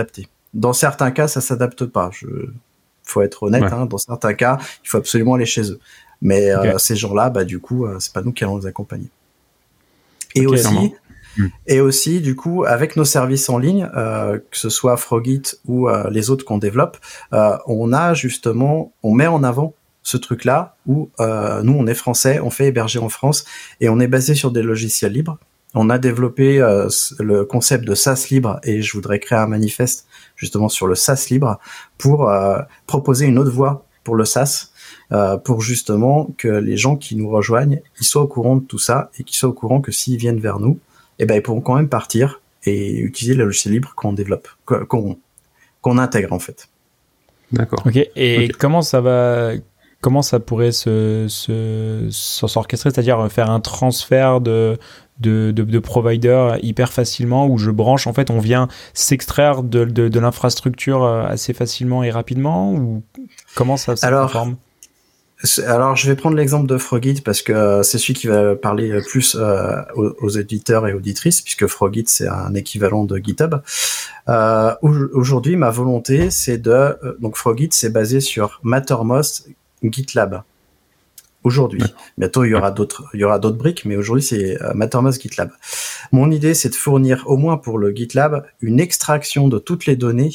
Dans certains cas, ça s'adapte pas. Faut être honnête, Ouais. hein, dans certains cas, il faut absolument aller chez eux. Mais ces gens-là, du coup, c'est pas nous qui allons les accompagner. Et aussi, du coup, avec nos services en ligne, que ce soit Frogit ou les autres qu'on développe, on met en avant ce truc-là où nous, on est français, on fait héberger en France et on est basé sur des logiciels libres. On a développé le concept de SaaS libre et je voudrais créer un manifeste justement sur le SaaS libre pour proposer une autre voie pour le SaaS, pour justement que les gens qui nous rejoignent, ils soient au courant de tout ça et qu'ils soient au courant que s'ils viennent vers nous, ils pourront quand même partir et utiliser le logiciel libre qu'on développe, qu'on intègre en fait. D'accord. Ok. Et comment ça va? Comment ça pourrait s'orchestrer, c'est-à-dire faire un transfert de provider hyper facilement où je branche, en fait, on vient s'extraire de l'infrastructure assez facilement et rapidement, ou comment ça se conforme? Alors, je vais prendre l'exemple de Frogit parce que c'est celui qui va parler plus aux éditeurs et auditrices, puisque Frogit, c'est un équivalent de GitHub. Aujourd'hui, ma volonté, c'est donc Frogit, c'est basé sur Mattermost GitLab. Aujourd'hui. Bientôt, il y aura d'autres briques, mais aujourd'hui, c'est Mattermost GitLab. Mon idée, c'est de fournir, au moins pour le GitLab, une extraction de toutes les données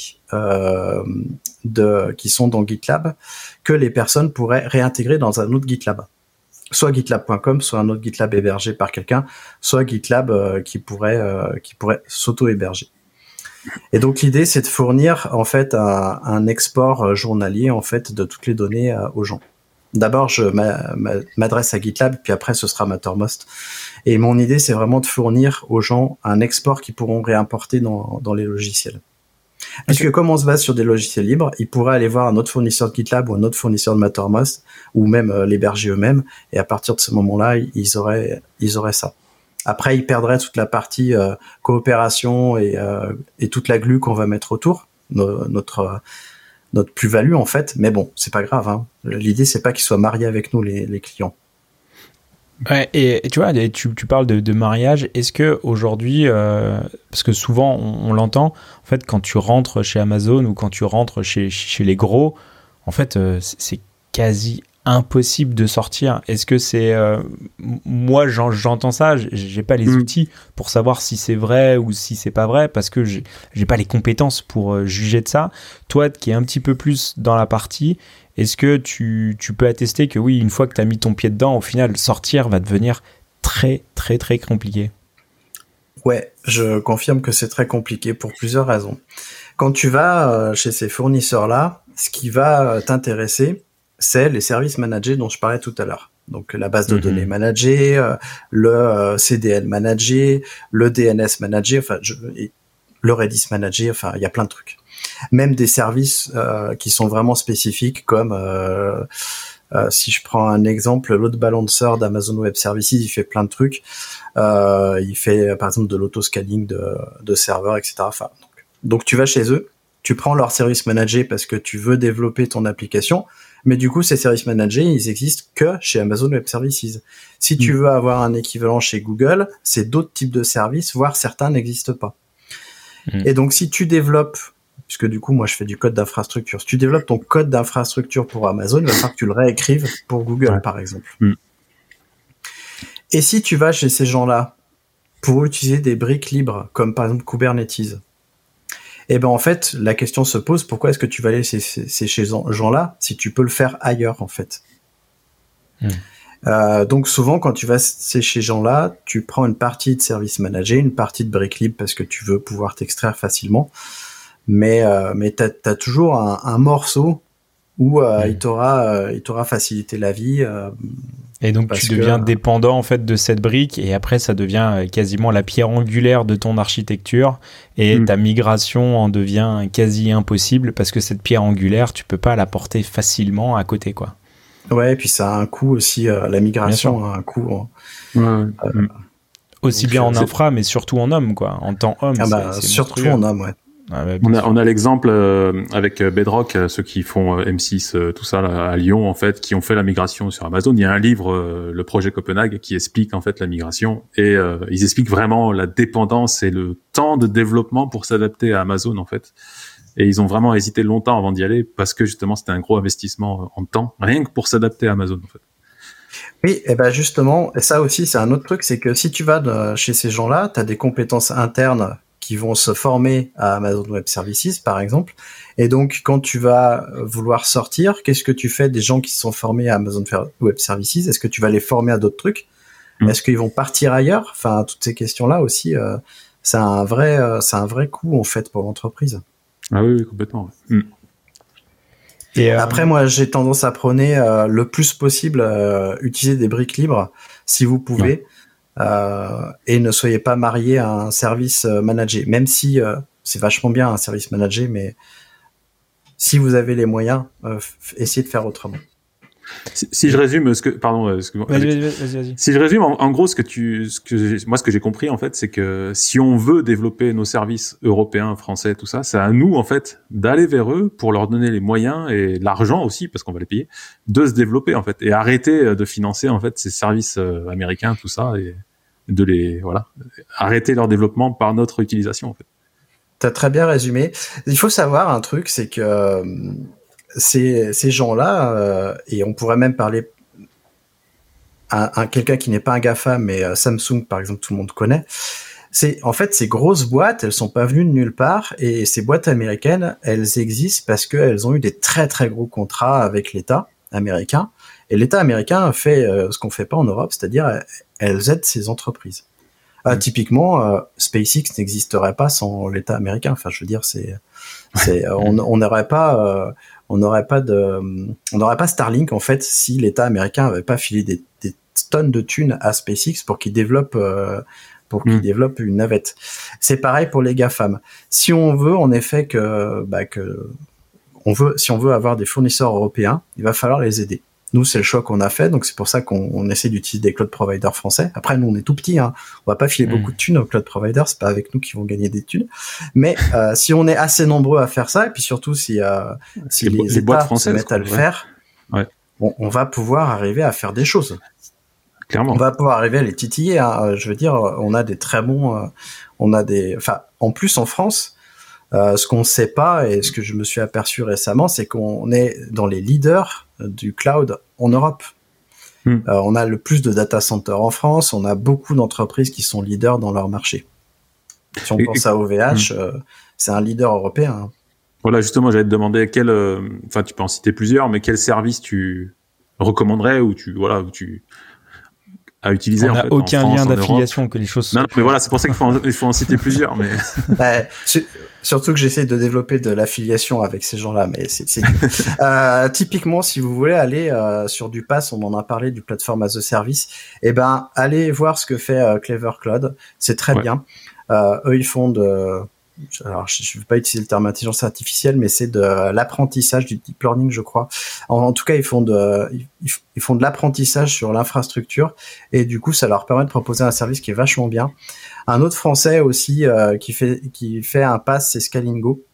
qui sont dans GitLab que les personnes pourraient réintégrer dans un autre GitLab. Soit GitLab.com, soit un autre GitLab hébergé par quelqu'un, soit GitLab qui pourrait s'auto-héberger. Et donc, l'idée, c'est de fournir, en fait, un export journalier, en fait, de toutes les données aux gens. D'abord, je m'adresse à GitLab, puis après, ce sera Mattermost. Et mon idée, c'est vraiment de fournir aux gens un export qu'ils pourront réimporter dans les logiciels. Puisque comme on se base sur des logiciels libres, ils pourraient aller voir un autre fournisseur de GitLab ou un autre fournisseur de Mattermost, ou même l'héberger eux-mêmes, et à partir de ce moment-là, ils auraient ça. Après, ils perdraient toute la partie coopération et toute la glue qu'on va mettre autour, notre plus-value en fait, mais bon, c'est pas grave. Hein. L'idée, c'est pas qu'ils soient mariés avec nous, les clients. Ouais, et tu vois, tu parles de mariage. Est-ce que aujourd'hui, parce que souvent on l'entend, en fait, quand tu rentres chez Amazon ou quand tu rentres chez les gros, en fait, c'est quasi impossible de sortir. Est-ce que c'est moi j'entends ça, j'ai pas les outils pour savoir si c'est vrai ou si c'est pas vrai parce que j'ai pas les compétences pour juger de ça. Toi qui es un petit peu plus dans la partie, est-ce que tu peux attester que oui, une fois que tu as mis ton pied dedans, au final sortir va devenir très très très compliqué? Ouais, je confirme que c'est très compliqué pour plusieurs raisons. Quand tu vas chez ces fournisseurs-là, ce qui va t'intéresser, c'est les services managés dont je parlais tout à l'heure. Donc la base de données managée, le CDN managé, le DNS managé, le Redis managé, il y a plein de trucs. Même des services qui sont vraiment spécifiques comme si je prends un exemple, load balancer d'Amazon Web Services, il fait plein de trucs. Il fait par exemple de l'autoscaling de serveurs, etc. Donc tu vas chez eux, tu prends leur service managé parce que tu veux développer ton application, mais du coup ces services managés, ils existent que chez Amazon Web Services. Si tu veux avoir un équivalent chez Google, c'est d'autres types de services, voire certains n'existent pas. Et donc si tu développes, puisque du coup moi je fais du code d'infrastructure, si tu développes ton code d'infrastructure pour Amazon, il va falloir que tu le réécrives pour Google par exemple. Et si tu vas chez ces gens-là pour utiliser des briques libres, comme par exemple Kubernetes, en fait, la question se pose, pourquoi est-ce que tu vas aller chez ces gens-là si tu peux le faire ailleurs, en fait. Donc souvent, quand tu vas chez ces gens-là, tu prends une partie de service managé, une partie de briques libres parce que tu veux pouvoir t'extraire facilement, mais t'as toujours un morceau où il t'aura facilité la vie. Et donc tu deviens dépendant en fait de cette brique et après ça devient quasiment la pierre angulaire de ton architecture et ta migration en devient quasi impossible parce que cette pierre angulaire tu peux pas la porter facilement à côté quoi. Ouais, et puis ça a un coût aussi, la migration a un coût. Aussi bien en infra mais surtout en homme quoi, en temps homme. C'est surtout en homme, ouais. Ah ouais, on a l'exemple avec Bedrock, ceux qui font M6, tout ça là, à Lyon en fait, qui ont fait la migration sur Amazon. Il y a un livre, le projet Copenhague, qui explique en fait la migration et ils expliquent vraiment la dépendance et le temps de développement pour s'adapter à Amazon en fait. Et ils ont vraiment hésité longtemps avant d'y aller parce que justement c'était un gros investissement en temps, rien que pour s'adapter à Amazon en fait. Oui, et ben justement, et ça aussi c'est un autre truc, c'est que si tu vas chez ces gens-là, tu as des compétences internes qui vont se former à Amazon Web Services par exemple, et donc quand tu vas vouloir sortir, qu'est-ce que tu fais des gens qui se sont formés à Amazon Web Services? Est-ce que tu vas les former à d'autres trucs? Est-ce qu'ils vont partir ailleurs? Enfin, toutes ces questions-là aussi, c'est un vrai coût en fait pour l'entreprise. Ah oui, complètement. Ouais. Et après, moi, j'ai tendance à prôner le plus possible utiliser des briques libres si vous pouvez, et ne soyez pas marié à un service managé. Même si c'est vachement bien un service managé, mais si vous avez les moyens, essayez de faire autrement. Si je résume vas-y. Si je résume en gros ce que j'ai compris en fait, c'est que si on veut développer nos services européens, français, tout ça, c'est à nous en fait d'aller vers eux pour leur donner les moyens et l'argent aussi parce qu'on va les payer de se développer en fait et arrêter de financer en fait ces services américains tout ça et de les arrêter leur développement par notre utilisation en fait. T'as très bien résumé. Il faut savoir un truc, c'est que ces gens-là, et on pourrait même parler à quelqu'un qui n'est pas un GAFA, mais Samsung, par exemple, tout le monde connaît. En fait, ces grosses boîtes, elles sont pas venues de nulle part, et ces boîtes américaines, elles existent parce qu'elles ont eu des très très gros contrats avec l'État américain, et l'État américain fait ce qu'on fait pas en Europe, c'est-à-dire elles aident ces entreprises. Typiquement, SpaceX n'existerait pas sans l'État américain. Enfin, je veux dire, on n'aurait pas Starlink en fait si l'État américain avait pas filé des tonnes de thunes à SpaceX pour qu'il développe une navette. C'est pareil pour les GAFAM. Si on veut en effet si on veut avoir des fournisseurs européens, il va falloir les aider. Nous, c'est le choix qu'on a fait, donc c'est pour ça qu'on essaie d'utiliser des cloud providers français. Après, nous, on est tout petits, hein. On va pas filer beaucoup de thunes aux cloud providers, c'est pas avec nous qu'ils vont gagner des thunes. Mais si on est assez nombreux à faire ça, et puis surtout si les États se mettent à le faire, on va pouvoir arriver à faire des choses. Clairement. On va pouvoir arriver à les titiller. Hein. Je veux dire, on a des très bons, en plus en France. Ce qu'on ne sait pas et ce que je me suis aperçu récemment, c'est qu'on est dans les leaders du cloud en Europe. On a le plus de data centers en France, on a beaucoup d'entreprises qui sont leaders dans leur marché. Si on pense à OVH, c'est un leader européen. Voilà, justement, j'allais te demander tu peux en citer plusieurs, mais quel service tu recommanderais ou tu à utiliser. On n'a aucun lien d'affiliation, que les choses. Non, mais voilà, c'est pour ça qu'il faut en citer plusieurs. Mais surtout que j'essaie de développer de l'affiliation avec ces gens-là, mais c'est typiquement, si vous voulez aller sur du PaaS, on en a parlé du platform as a service. Allez voir ce que fait Clever Cloud. C'est très bien. Eux, ils font alors je ne veux pas utiliser le terme intelligence artificielle, mais c'est de l'apprentissage, du deep learning, je crois. En tout cas, ils font de l'apprentissage sur l'infrastructure, et du coup, ça leur permet de proposer un service qui est vachement bien. Un autre français aussi qui fait un PaaS, c'est Scalingo.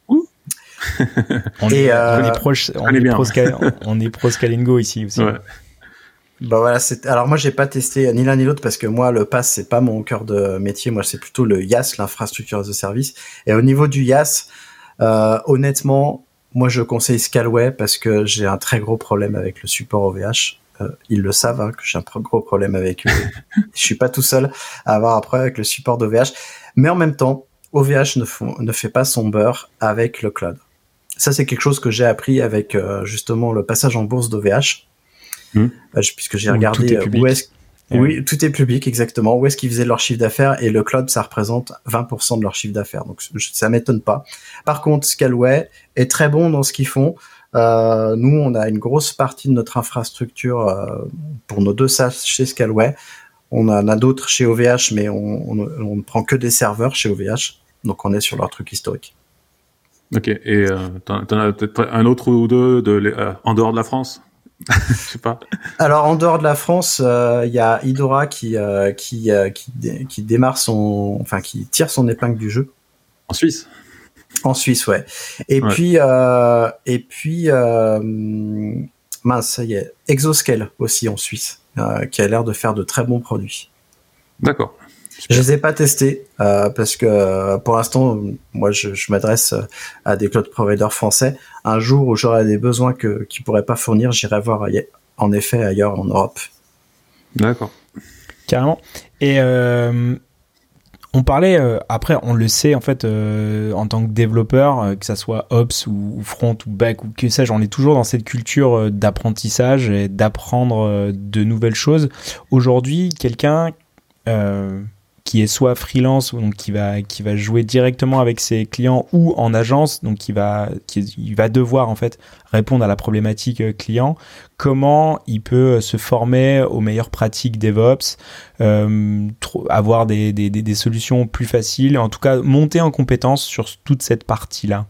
On est pro Scalingo ici aussi. Ouais. Voilà, alors moi j'ai pas testé ni l'un ni l'autre parce que moi le PaaS c'est pas mon cœur de métier, moi c'est plutôt le IaaS, l'infrastructure as a service. Et au niveau du IaaS, honnêtement, moi je conseille Scalway parce que j'ai un très gros problème avec le support OVH. Ils le savent que j'ai un gros problème avec eux. Je suis pas tout seul à avoir un problème avec le support d'OVH, mais en même temps, OVH ne fait pas son beurre avec le cloud. Ça c'est quelque chose que j'ai appris avec justement le passage en bourse d'OVH. Puisque j'ai regardé où est-ce oui, tout est public, exactement. Où est-ce qu'ils faisaient leur chiffre d'affaires, et le cloud, ça représente 20% de leur chiffre d'affaires. Donc, ça m'étonne pas. Par contre, Scalway est très bon dans ce qu'ils font. Nous, on a une grosse partie de notre infrastructure pour nos deux SaaS chez Scalway. On en a d'autres chez OVH, mais on ne prend que des serveurs chez OVH. Donc, on est sur leur truc historique. Ok. Et t'en as peut-être un autre ou deux en dehors de la France? Je sais pas. Alors en dehors de la France, il y a Idora qui démarre qui tire son épingle du jeu. En Suisse. En Suisse, ouais. Et puis mince, ça y est, Exoscale aussi en Suisse, qui a l'air de faire de très bons produits. D'accord. Je les ai pas testés parce que pour l'instant, moi, je m'adresse à des cloud providers français. Un jour où j'aurai des besoins qu'ils pourraient pas fournir, j'irai voir en effet ailleurs en Europe. D'accord. Carrément. Et on parlait, après, on le sait, en fait, en tant que développeur, que ça soit Ops ou Front ou Back ou que sais-je, on est toujours dans cette culture d'apprentissage et d'apprendre de nouvelles choses. Aujourd'hui, quelqu'un qui est soit freelance, donc qui va jouer directement avec ses clients ou en agence, donc il va devoir en fait répondre à la problématique client. Comment il peut se former aux meilleures pratiques DevOps, avoir des solutions plus faciles, en tout cas monter en compétence sur toute cette partie-là.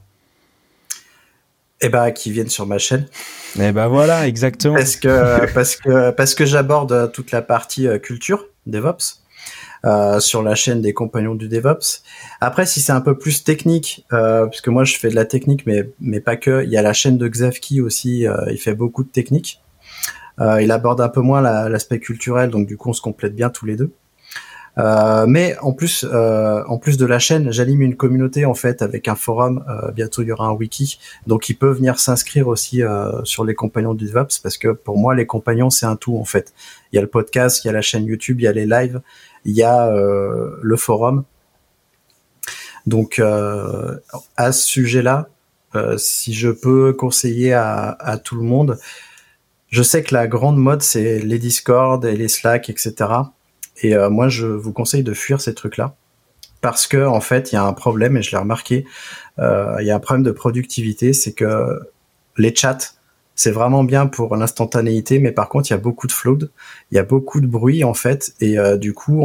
Eh ben, qui viennent sur ma chaîne. Eh ben voilà, exactement. Parce que j'aborde toute la partie culture DevOps. Sur la chaîne des compagnons du DevOps. Après, si c'est un peu plus technique, puisque moi je fais de la technique, mais pas que. Il y a la chaîne de Xavki aussi. Il fait beaucoup de technique. Il aborde un peu moins l'aspect culturel, donc du coup on se complète bien tous les deux. Mais en plus de la chaîne, j'anime une communauté en fait avec un forum. Bientôt il y aura un wiki, donc il peut venir s'inscrire aussi sur les compagnons du DevOps, parce que pour moi les compagnons c'est un tout en fait. Il y a le podcast, il y a la chaîne YouTube, il y a les lives, il y a le forum. Donc à ce sujet-là, si je peux conseiller à tout le monde, je sais que la grande mode c'est les Discord et les Slack, etc. Et moi, je vous conseille de fuir ces trucs-là, parce que en fait, il y a un problème, et je l'ai remarqué. Il y a un problème de productivité, c'est que les chats, c'est vraiment bien pour l'instantanéité, mais par contre, il y a beaucoup de flood, il y a beaucoup de bruit en fait, et du coup,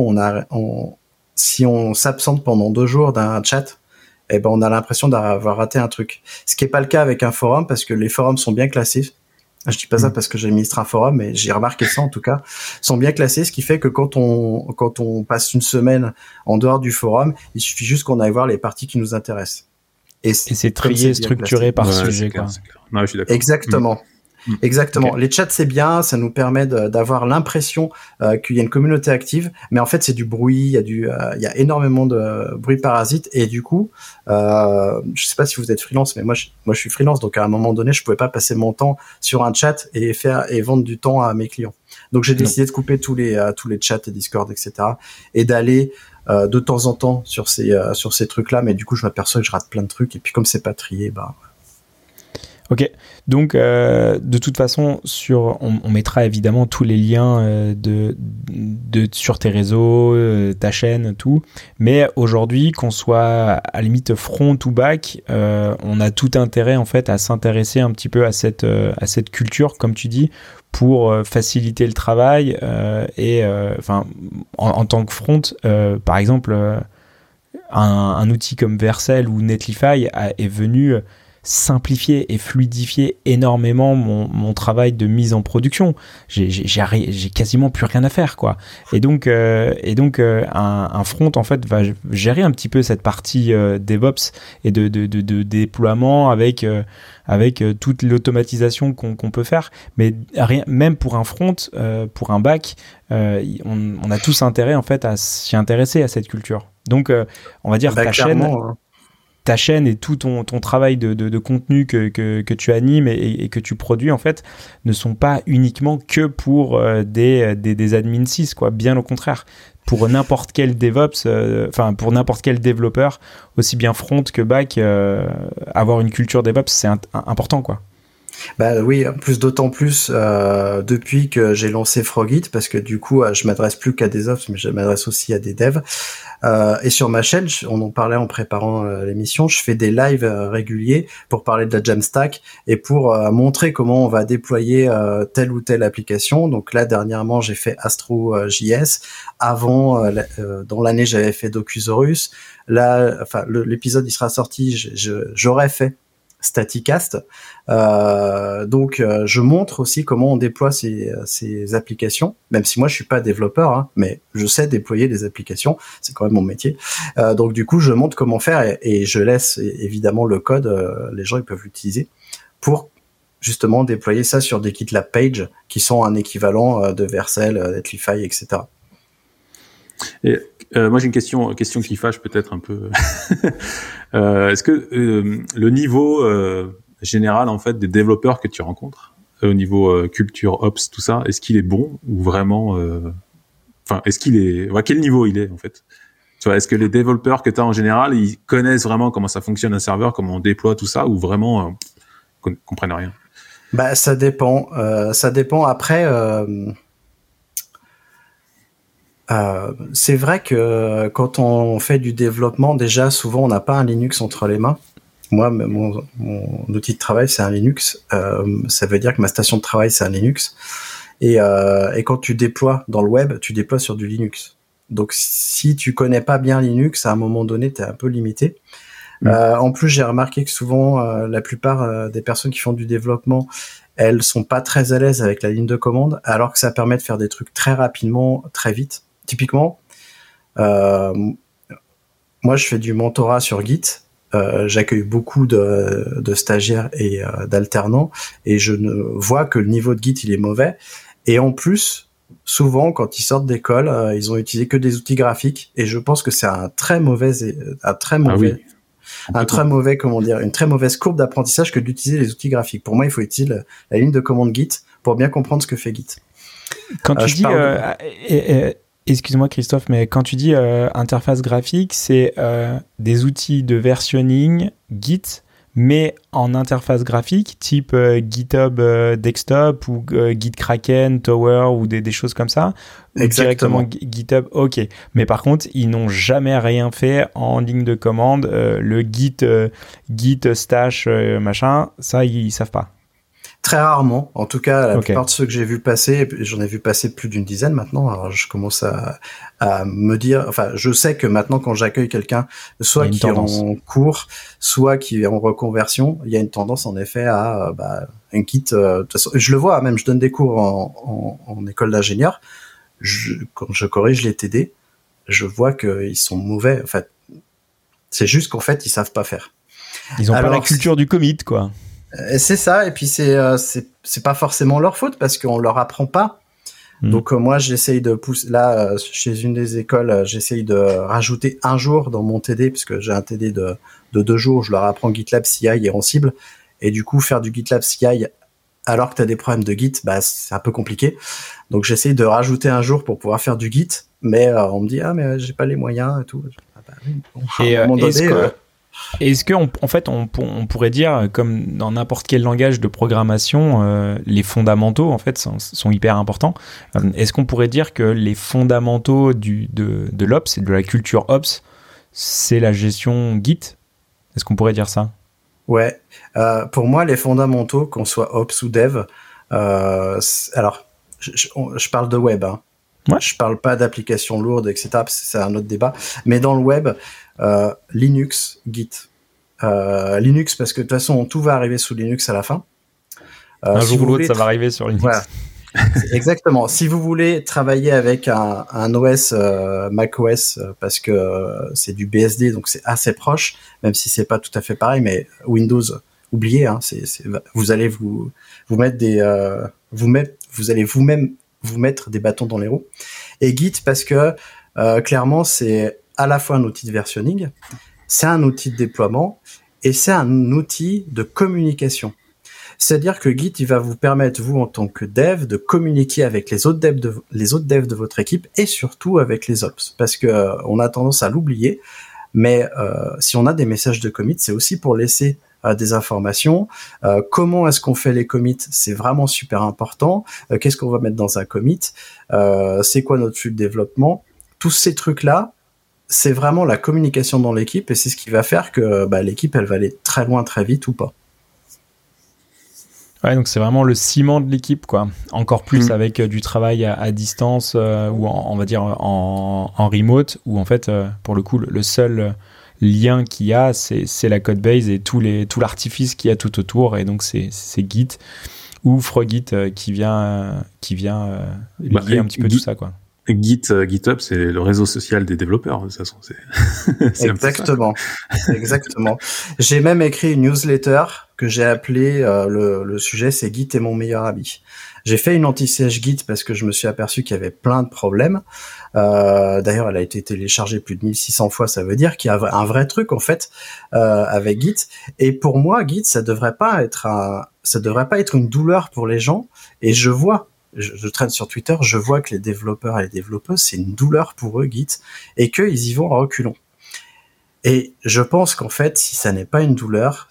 si on s'absente pendant 2 jours d'un chat, eh ben, on a l'impression d'avoir raté un truc. Ce qui est pas le cas avec un forum, parce que les forums sont bien classés. Je dis pas ça parce que j'administre un forum, mais j'ai remarqué ça en tout cas. Ils sont bien classés, ce qui fait que quand on passe une semaine en dehors du forum, il suffit juste qu'on aille voir les parties qui nous intéressent. Et c'est trié, structuré par sujet, quoi. Non, je suis d'accord. Exactement. Exactement. Okay. Les chats, c'est bien, ça nous permet d'avoir l'impression qu'il y a une communauté active, mais en fait, c'est du bruit, il y a énormément de bruit parasite, et du coup, je sais pas si vous êtes freelance, mais moi, je suis freelance, donc à un moment donné, je pouvais pas passer mon temps sur un chat et vendre du temps à mes clients. Donc, j'ai décidé de couper tous les chats et Discord, etc., et d'aller de temps en temps sur ces trucs-là, mais du coup, je m'aperçois que je rate plein de trucs, et puis comme c'est pas trié, Ok, donc de toute façon, on mettra évidemment tous les liens sur tes réseaux, ta chaîne, tout. Mais aujourd'hui, qu'on soit à limite front ou back, on a tout intérêt en fait à s'intéresser un petit peu à cette culture, comme tu dis, pour faciliter le travail en tant que front, par exemple, un outil comme Vercel ou Netlify est venu simplifier et fluidifier énormément mon travail de mise en production. J'ai quasiment plus rien à faire, quoi. Et donc un front en fait va gérer un petit peu cette partie DevOps et de déploiement avec toute l'automatisation qu'on peut faire. Mais même pour un front, pour un back, on a tous intérêt en fait à s'y intéresser à cette culture. Donc on va dire ta chaîne et tout ton travail de contenu que tu animes et que tu produis en fait ne sont pas uniquement que pour des admin 6, quoi. Bien au contraire, pour n'importe quel DevOps, pour n'importe quel développeur, aussi bien front que back, avoir une culture DevOps, c'est important, quoi. Bah oui, d'autant plus depuis que j'ai lancé Frogit, parce que du coup je m'adresse plus qu'à des ops, mais je m'adresse aussi à des devs. Et sur ma chaîne, on en parlait en préparant l'émission, je fais des lives réguliers pour parler de la Jamstack et pour montrer comment on va déployer telle ou telle application. Donc là dernièrement j'ai fait Astro.js. Avant dans l'année j'avais fait Docusaurus. Là, l'épisode il sera sorti, j'aurais fait Staticast. Donc je montre aussi comment on déploie ces applications, même si moi je suis pas développeur, hein, mais je sais déployer des applications, c'est quand même mon métier. Donc du coup je montre comment faire et je laisse évidemment le code, les gens ils peuvent l'utiliser pour justement déployer ça sur des GitLab pages qui sont un équivalent de Vercel, Netlify, etc. Et moi j'ai une question qui fâche peut-être un peu. Est-ce que le niveau général en fait des développeurs que tu rencontres au niveau culture ops tout ça, est-ce qu'il est bon ou vraiment est-ce qu'il est à quel niveau il est en fait? Tu vois, est-ce que les développeurs que tu as en général, ils connaissent vraiment comment ça fonctionne un serveur, comment on déploie tout ça, ou vraiment comprennent rien? Bah, ça dépend. Ça dépend. Après, c'est vrai que quand on fait du développement, déjà, souvent, on n'a pas un Linux entre les mains. Moi, mon outil de travail, c'est un Linux. Ça veut dire que ma station de travail, c'est un Linux. Et quand tu déploies dans le web, tu déploies sur du Linux. Donc, si tu connais pas bien Linux, à un moment donné, t'es un peu limité. En plus, j'ai remarqué que souvent, la plupart des personnes qui font du développement, elles sont pas très à l'aise avec la ligne de commande, alors que ça permet de faire des trucs très rapidement, très vite. Typiquement, moi, je fais du mentorat sur Git. J'accueille beaucoup de stagiaires et d'alternants, et je ne vois que le niveau de Git, il est mauvais. Et en plus, souvent, quand ils sortent d'école, ils ont utilisé que des outils graphiques, et je pense que c'est une très mauvaise, une très mauvaise courbe d'apprentissage que d'utiliser les outils graphiques. Pour moi, il faut utiliser la ligne de commande Git pour bien comprendre ce que fait Git. Quand tu dis, excuse-moi Christophe, mais quand tu dis interface graphique, c'est des outils de versionning Git, mais en interface graphique, type GitHub Desktop ou GitKraken, Tower ou des choses comme ça. Exactement. Directement GitHub, ok. Mais par contre, ils n'ont jamais rien fait en ligne de commande. Le Git stash machin, ça, ils savent pas. Très rarement, en tout cas, la plupart de ceux que j'ai vu passer, j'en ai vu passer plus d'une dizaine maintenant, alors je commence à me dire, enfin, je sais que maintenant quand j'accueille quelqu'un, soit qui est en cours, soit qui est en reconversion, il y a une tendance en effet à un Git, de toute façon, je le vois, même je donne des cours en école d'ingénieur, quand je corrige les TD, je vois qu'ils sont mauvais, en fait, c'est juste qu'en fait, ils savent pas faire. Ils ont pas la culture du commit, quoi. C'est ça, et puis c'est pas forcément leur faute parce qu'on leur apprend pas. Donc moi j'essaye de pousser là chez une des écoles, j'essaye de rajouter un jour dans mon TD puisque j'ai un TD de 2 jours, je leur apprends GitLab CI et Ansible, et du coup faire du GitLab CI alors que tu as des problèmes de Git, c'est un peu compliqué. Donc j'essaye de rajouter un jour pour pouvoir faire du Git, mais on me dit mais j'ai pas les moyens et tout. Et à un moment donné, est-ce qu'en fait, on pourrait dire, comme dans n'importe quel langage de programmation, les fondamentaux, en fait, sont hyper importants. Est-ce qu'on pourrait dire que les fondamentaux de l'Ops et de la culture Ops, c'est la gestion Git? Est-ce qu'on pourrait dire ça? Ouais. Pour moi, les fondamentaux, qu'on soit Ops ou Dev, alors, je parle de web, hein. Ouais. Je parle pas d'applications lourdes, etc. C'est un autre débat. Mais dans le web, Linux, Git. Linux, parce que de toute façon, tout va arriver sous Linux à la fin. Un jour ou l'autre, ça va arriver sur Linux. Voilà. Exactement. Si vous voulez travailler avec un OS, macOS, parce que c'est du BSD, donc c'est assez proche, même si c'est pas tout à fait pareil, mais Windows, oubliez, hein, vous allez vous mettre vous allez vous-même vous mettre des bâtons dans les roues. Et Git, parce que clairement, c'est à la fois un outil de versionning, c'est un outil de déploiement, et c'est un outil de communication. C'est-à-dire que Git, il va vous permettre, vous, en tant que dev, de communiquer avec les autres devs de votre équipe, et surtout avec les ops. Parce que on a tendance à l'oublier, mais si on a des messages de commit, c'est aussi pour laisser des informations. Comment est-ce qu'on fait les commits? C'est vraiment super important. Qu'est-ce qu'on va mettre dans un commit? C'est quoi notre flux de développement? Tous ces trucs-là, c'est vraiment la communication dans l'équipe, et c'est ce qui va faire que l'équipe, elle va aller très loin, très vite ou pas. Ouais, donc c'est vraiment le ciment de l'équipe, quoi. Encore plus avec du travail à distance ou on va dire en remote, où en fait, pour le coup, le seul lien qu'il y a, c'est la code base et tout l'artifice qu'il y a tout autour, et donc c'est Git ou Frogit qui vient lier un petit peu tout ça, quoi. GitHub, c'est le réseau social des développeurs, de toute façon. C'est Exactement. Exactement. J'ai même écrit une newsletter que j'ai appelé le sujet, c'est Git est mon meilleur ami. J'ai fait une anti-siège Git parce que je me suis aperçu qu'il y avait plein de problèmes. D'ailleurs, elle a été téléchargée plus de 1600 fois, ça veut dire qu'il y a un vrai truc en fait avec Git. Et pour moi, Git, ça devrait pas être une douleur pour les gens. Et je traîne sur Twitter, je vois que les développeurs et les développeuses, c'est une douleur pour eux Git, et qu'ils y vont en reculons. Et je pense qu'en fait, si ça n'est pas une douleur,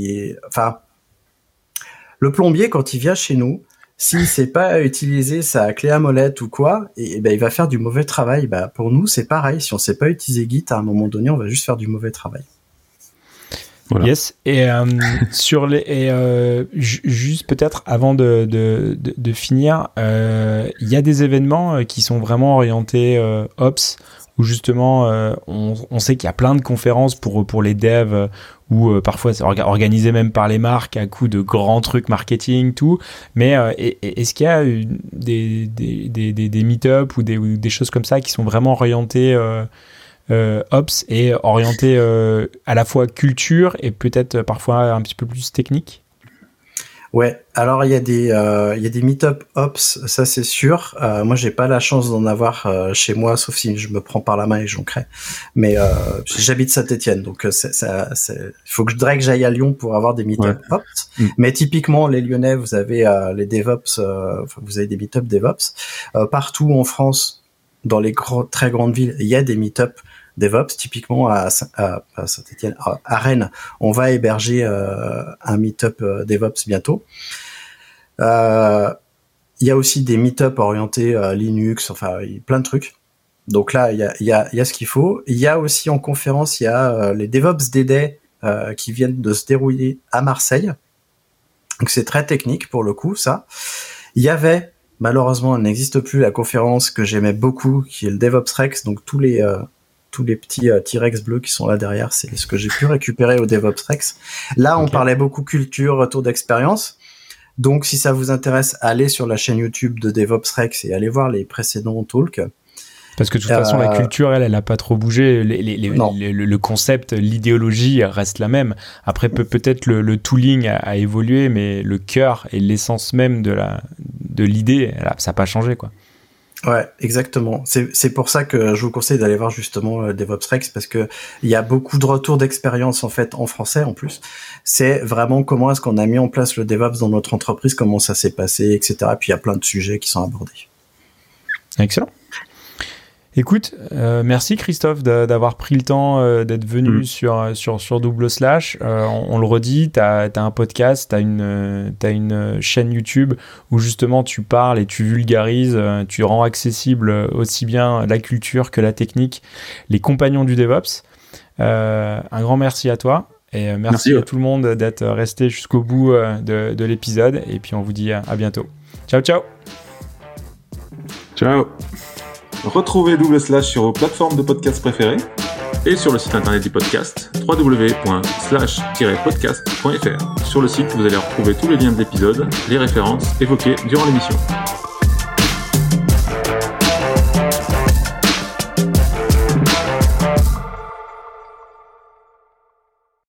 le plombier, quand il vient chez nous, s'il sait pas utiliser sa clé à molette ou quoi, et ben il va faire du mauvais travail. Bah pour nous, c'est pareil. Si on sait pas utiliser Git, à un moment donné, on va juste faire du mauvais travail. Voilà. Yes. Et juste peut-être avant de finir, il y a des événements qui sont vraiment orientés Ops, où justement on sait qu'il y a plein de conférences pour les devs, ou parfois c'est organisé même par les marques à coup de grands trucs marketing, tout. Mais est-ce qu'il y a des meet-up ou des choses comme ça qui sont vraiment orientées Ops et orienté à la fois culture et peut-être parfois un petit peu plus technique? Ouais, alors il y a des meet-up Ops, ça c'est sûr. Moi j'ai pas la chance d'en avoir chez moi, sauf si je me prends par la main et j'en crée. Mais j'habite Saint-Étienne, donc il faut que j'aille à Lyon pour avoir des meet-up Ops. Mais typiquement les Lyonnais, vous avez les DevOps, vous avez des meet-up DevOps. Partout en France, dans les très grandes villes, il y a des meet-up DevOps. Typiquement à Saint-Étienne, à Rennes, on va héberger un meet-up DevOps bientôt. Il y a aussi des meet-up orientés Linux, enfin plein de trucs. Donc là, il y a ce qu'il faut. Il y a aussi en conférence, il y a les DevOps Day qui viennent de se dérouler à Marseille. Donc c'est très technique pour le coup, ça. Il y avait, malheureusement, elle n'existe plus, la conférence que j'aimais beaucoup, qui est le DevOps Rex, donc tous les petits T-Rex bleus qui sont là derrière, c'est ce que j'ai pu récupérer au DevOps Rex. Là, on parlait beaucoup culture, retour d'expérience. Donc, si ça vous intéresse, allez sur la chaîne YouTube de DevOps Rex et allez voir les précédents talks. Parce que de toute façon, la culture, elle a pas trop bougé. Le concept, l'idéologie reste la même. Après, peut-être le tooling a évolué, mais le cœur et l'essence même de l'idée, ça n'a pas changé, quoi. Ouais, exactement. C'est pour ça que je vous conseille d'aller voir justement DevOps Rex, parce que il y a beaucoup de retours d'expérience en fait en français en plus. C'est vraiment comment est-ce qu'on a mis en place le DevOps dans notre entreprise, comment ça s'est passé, etc. Et puis il y a plein de sujets qui sont abordés. Excellent. Écoute, merci Christophe d'avoir pris le temps d'être venu sur Double Slash. On le redit, t'as un podcast, t'as une chaîne YouTube où justement tu parles et tu vulgarises, tu rends accessible aussi bien la culture que la technique, les compagnons du DevOps. Un grand merci à toi et merci à tout le monde d'être resté jusqu'au bout de l'épisode, et puis on vous dit à bientôt. Ciao, ciao. Ciao. Retrouvez Double Slash sur vos plateformes de podcasts préférées et sur le site internet du podcast www.slash-podcast.fr. Sur le site, vous allez retrouver tous les liens de l'épisode, les références évoquées durant l'émission.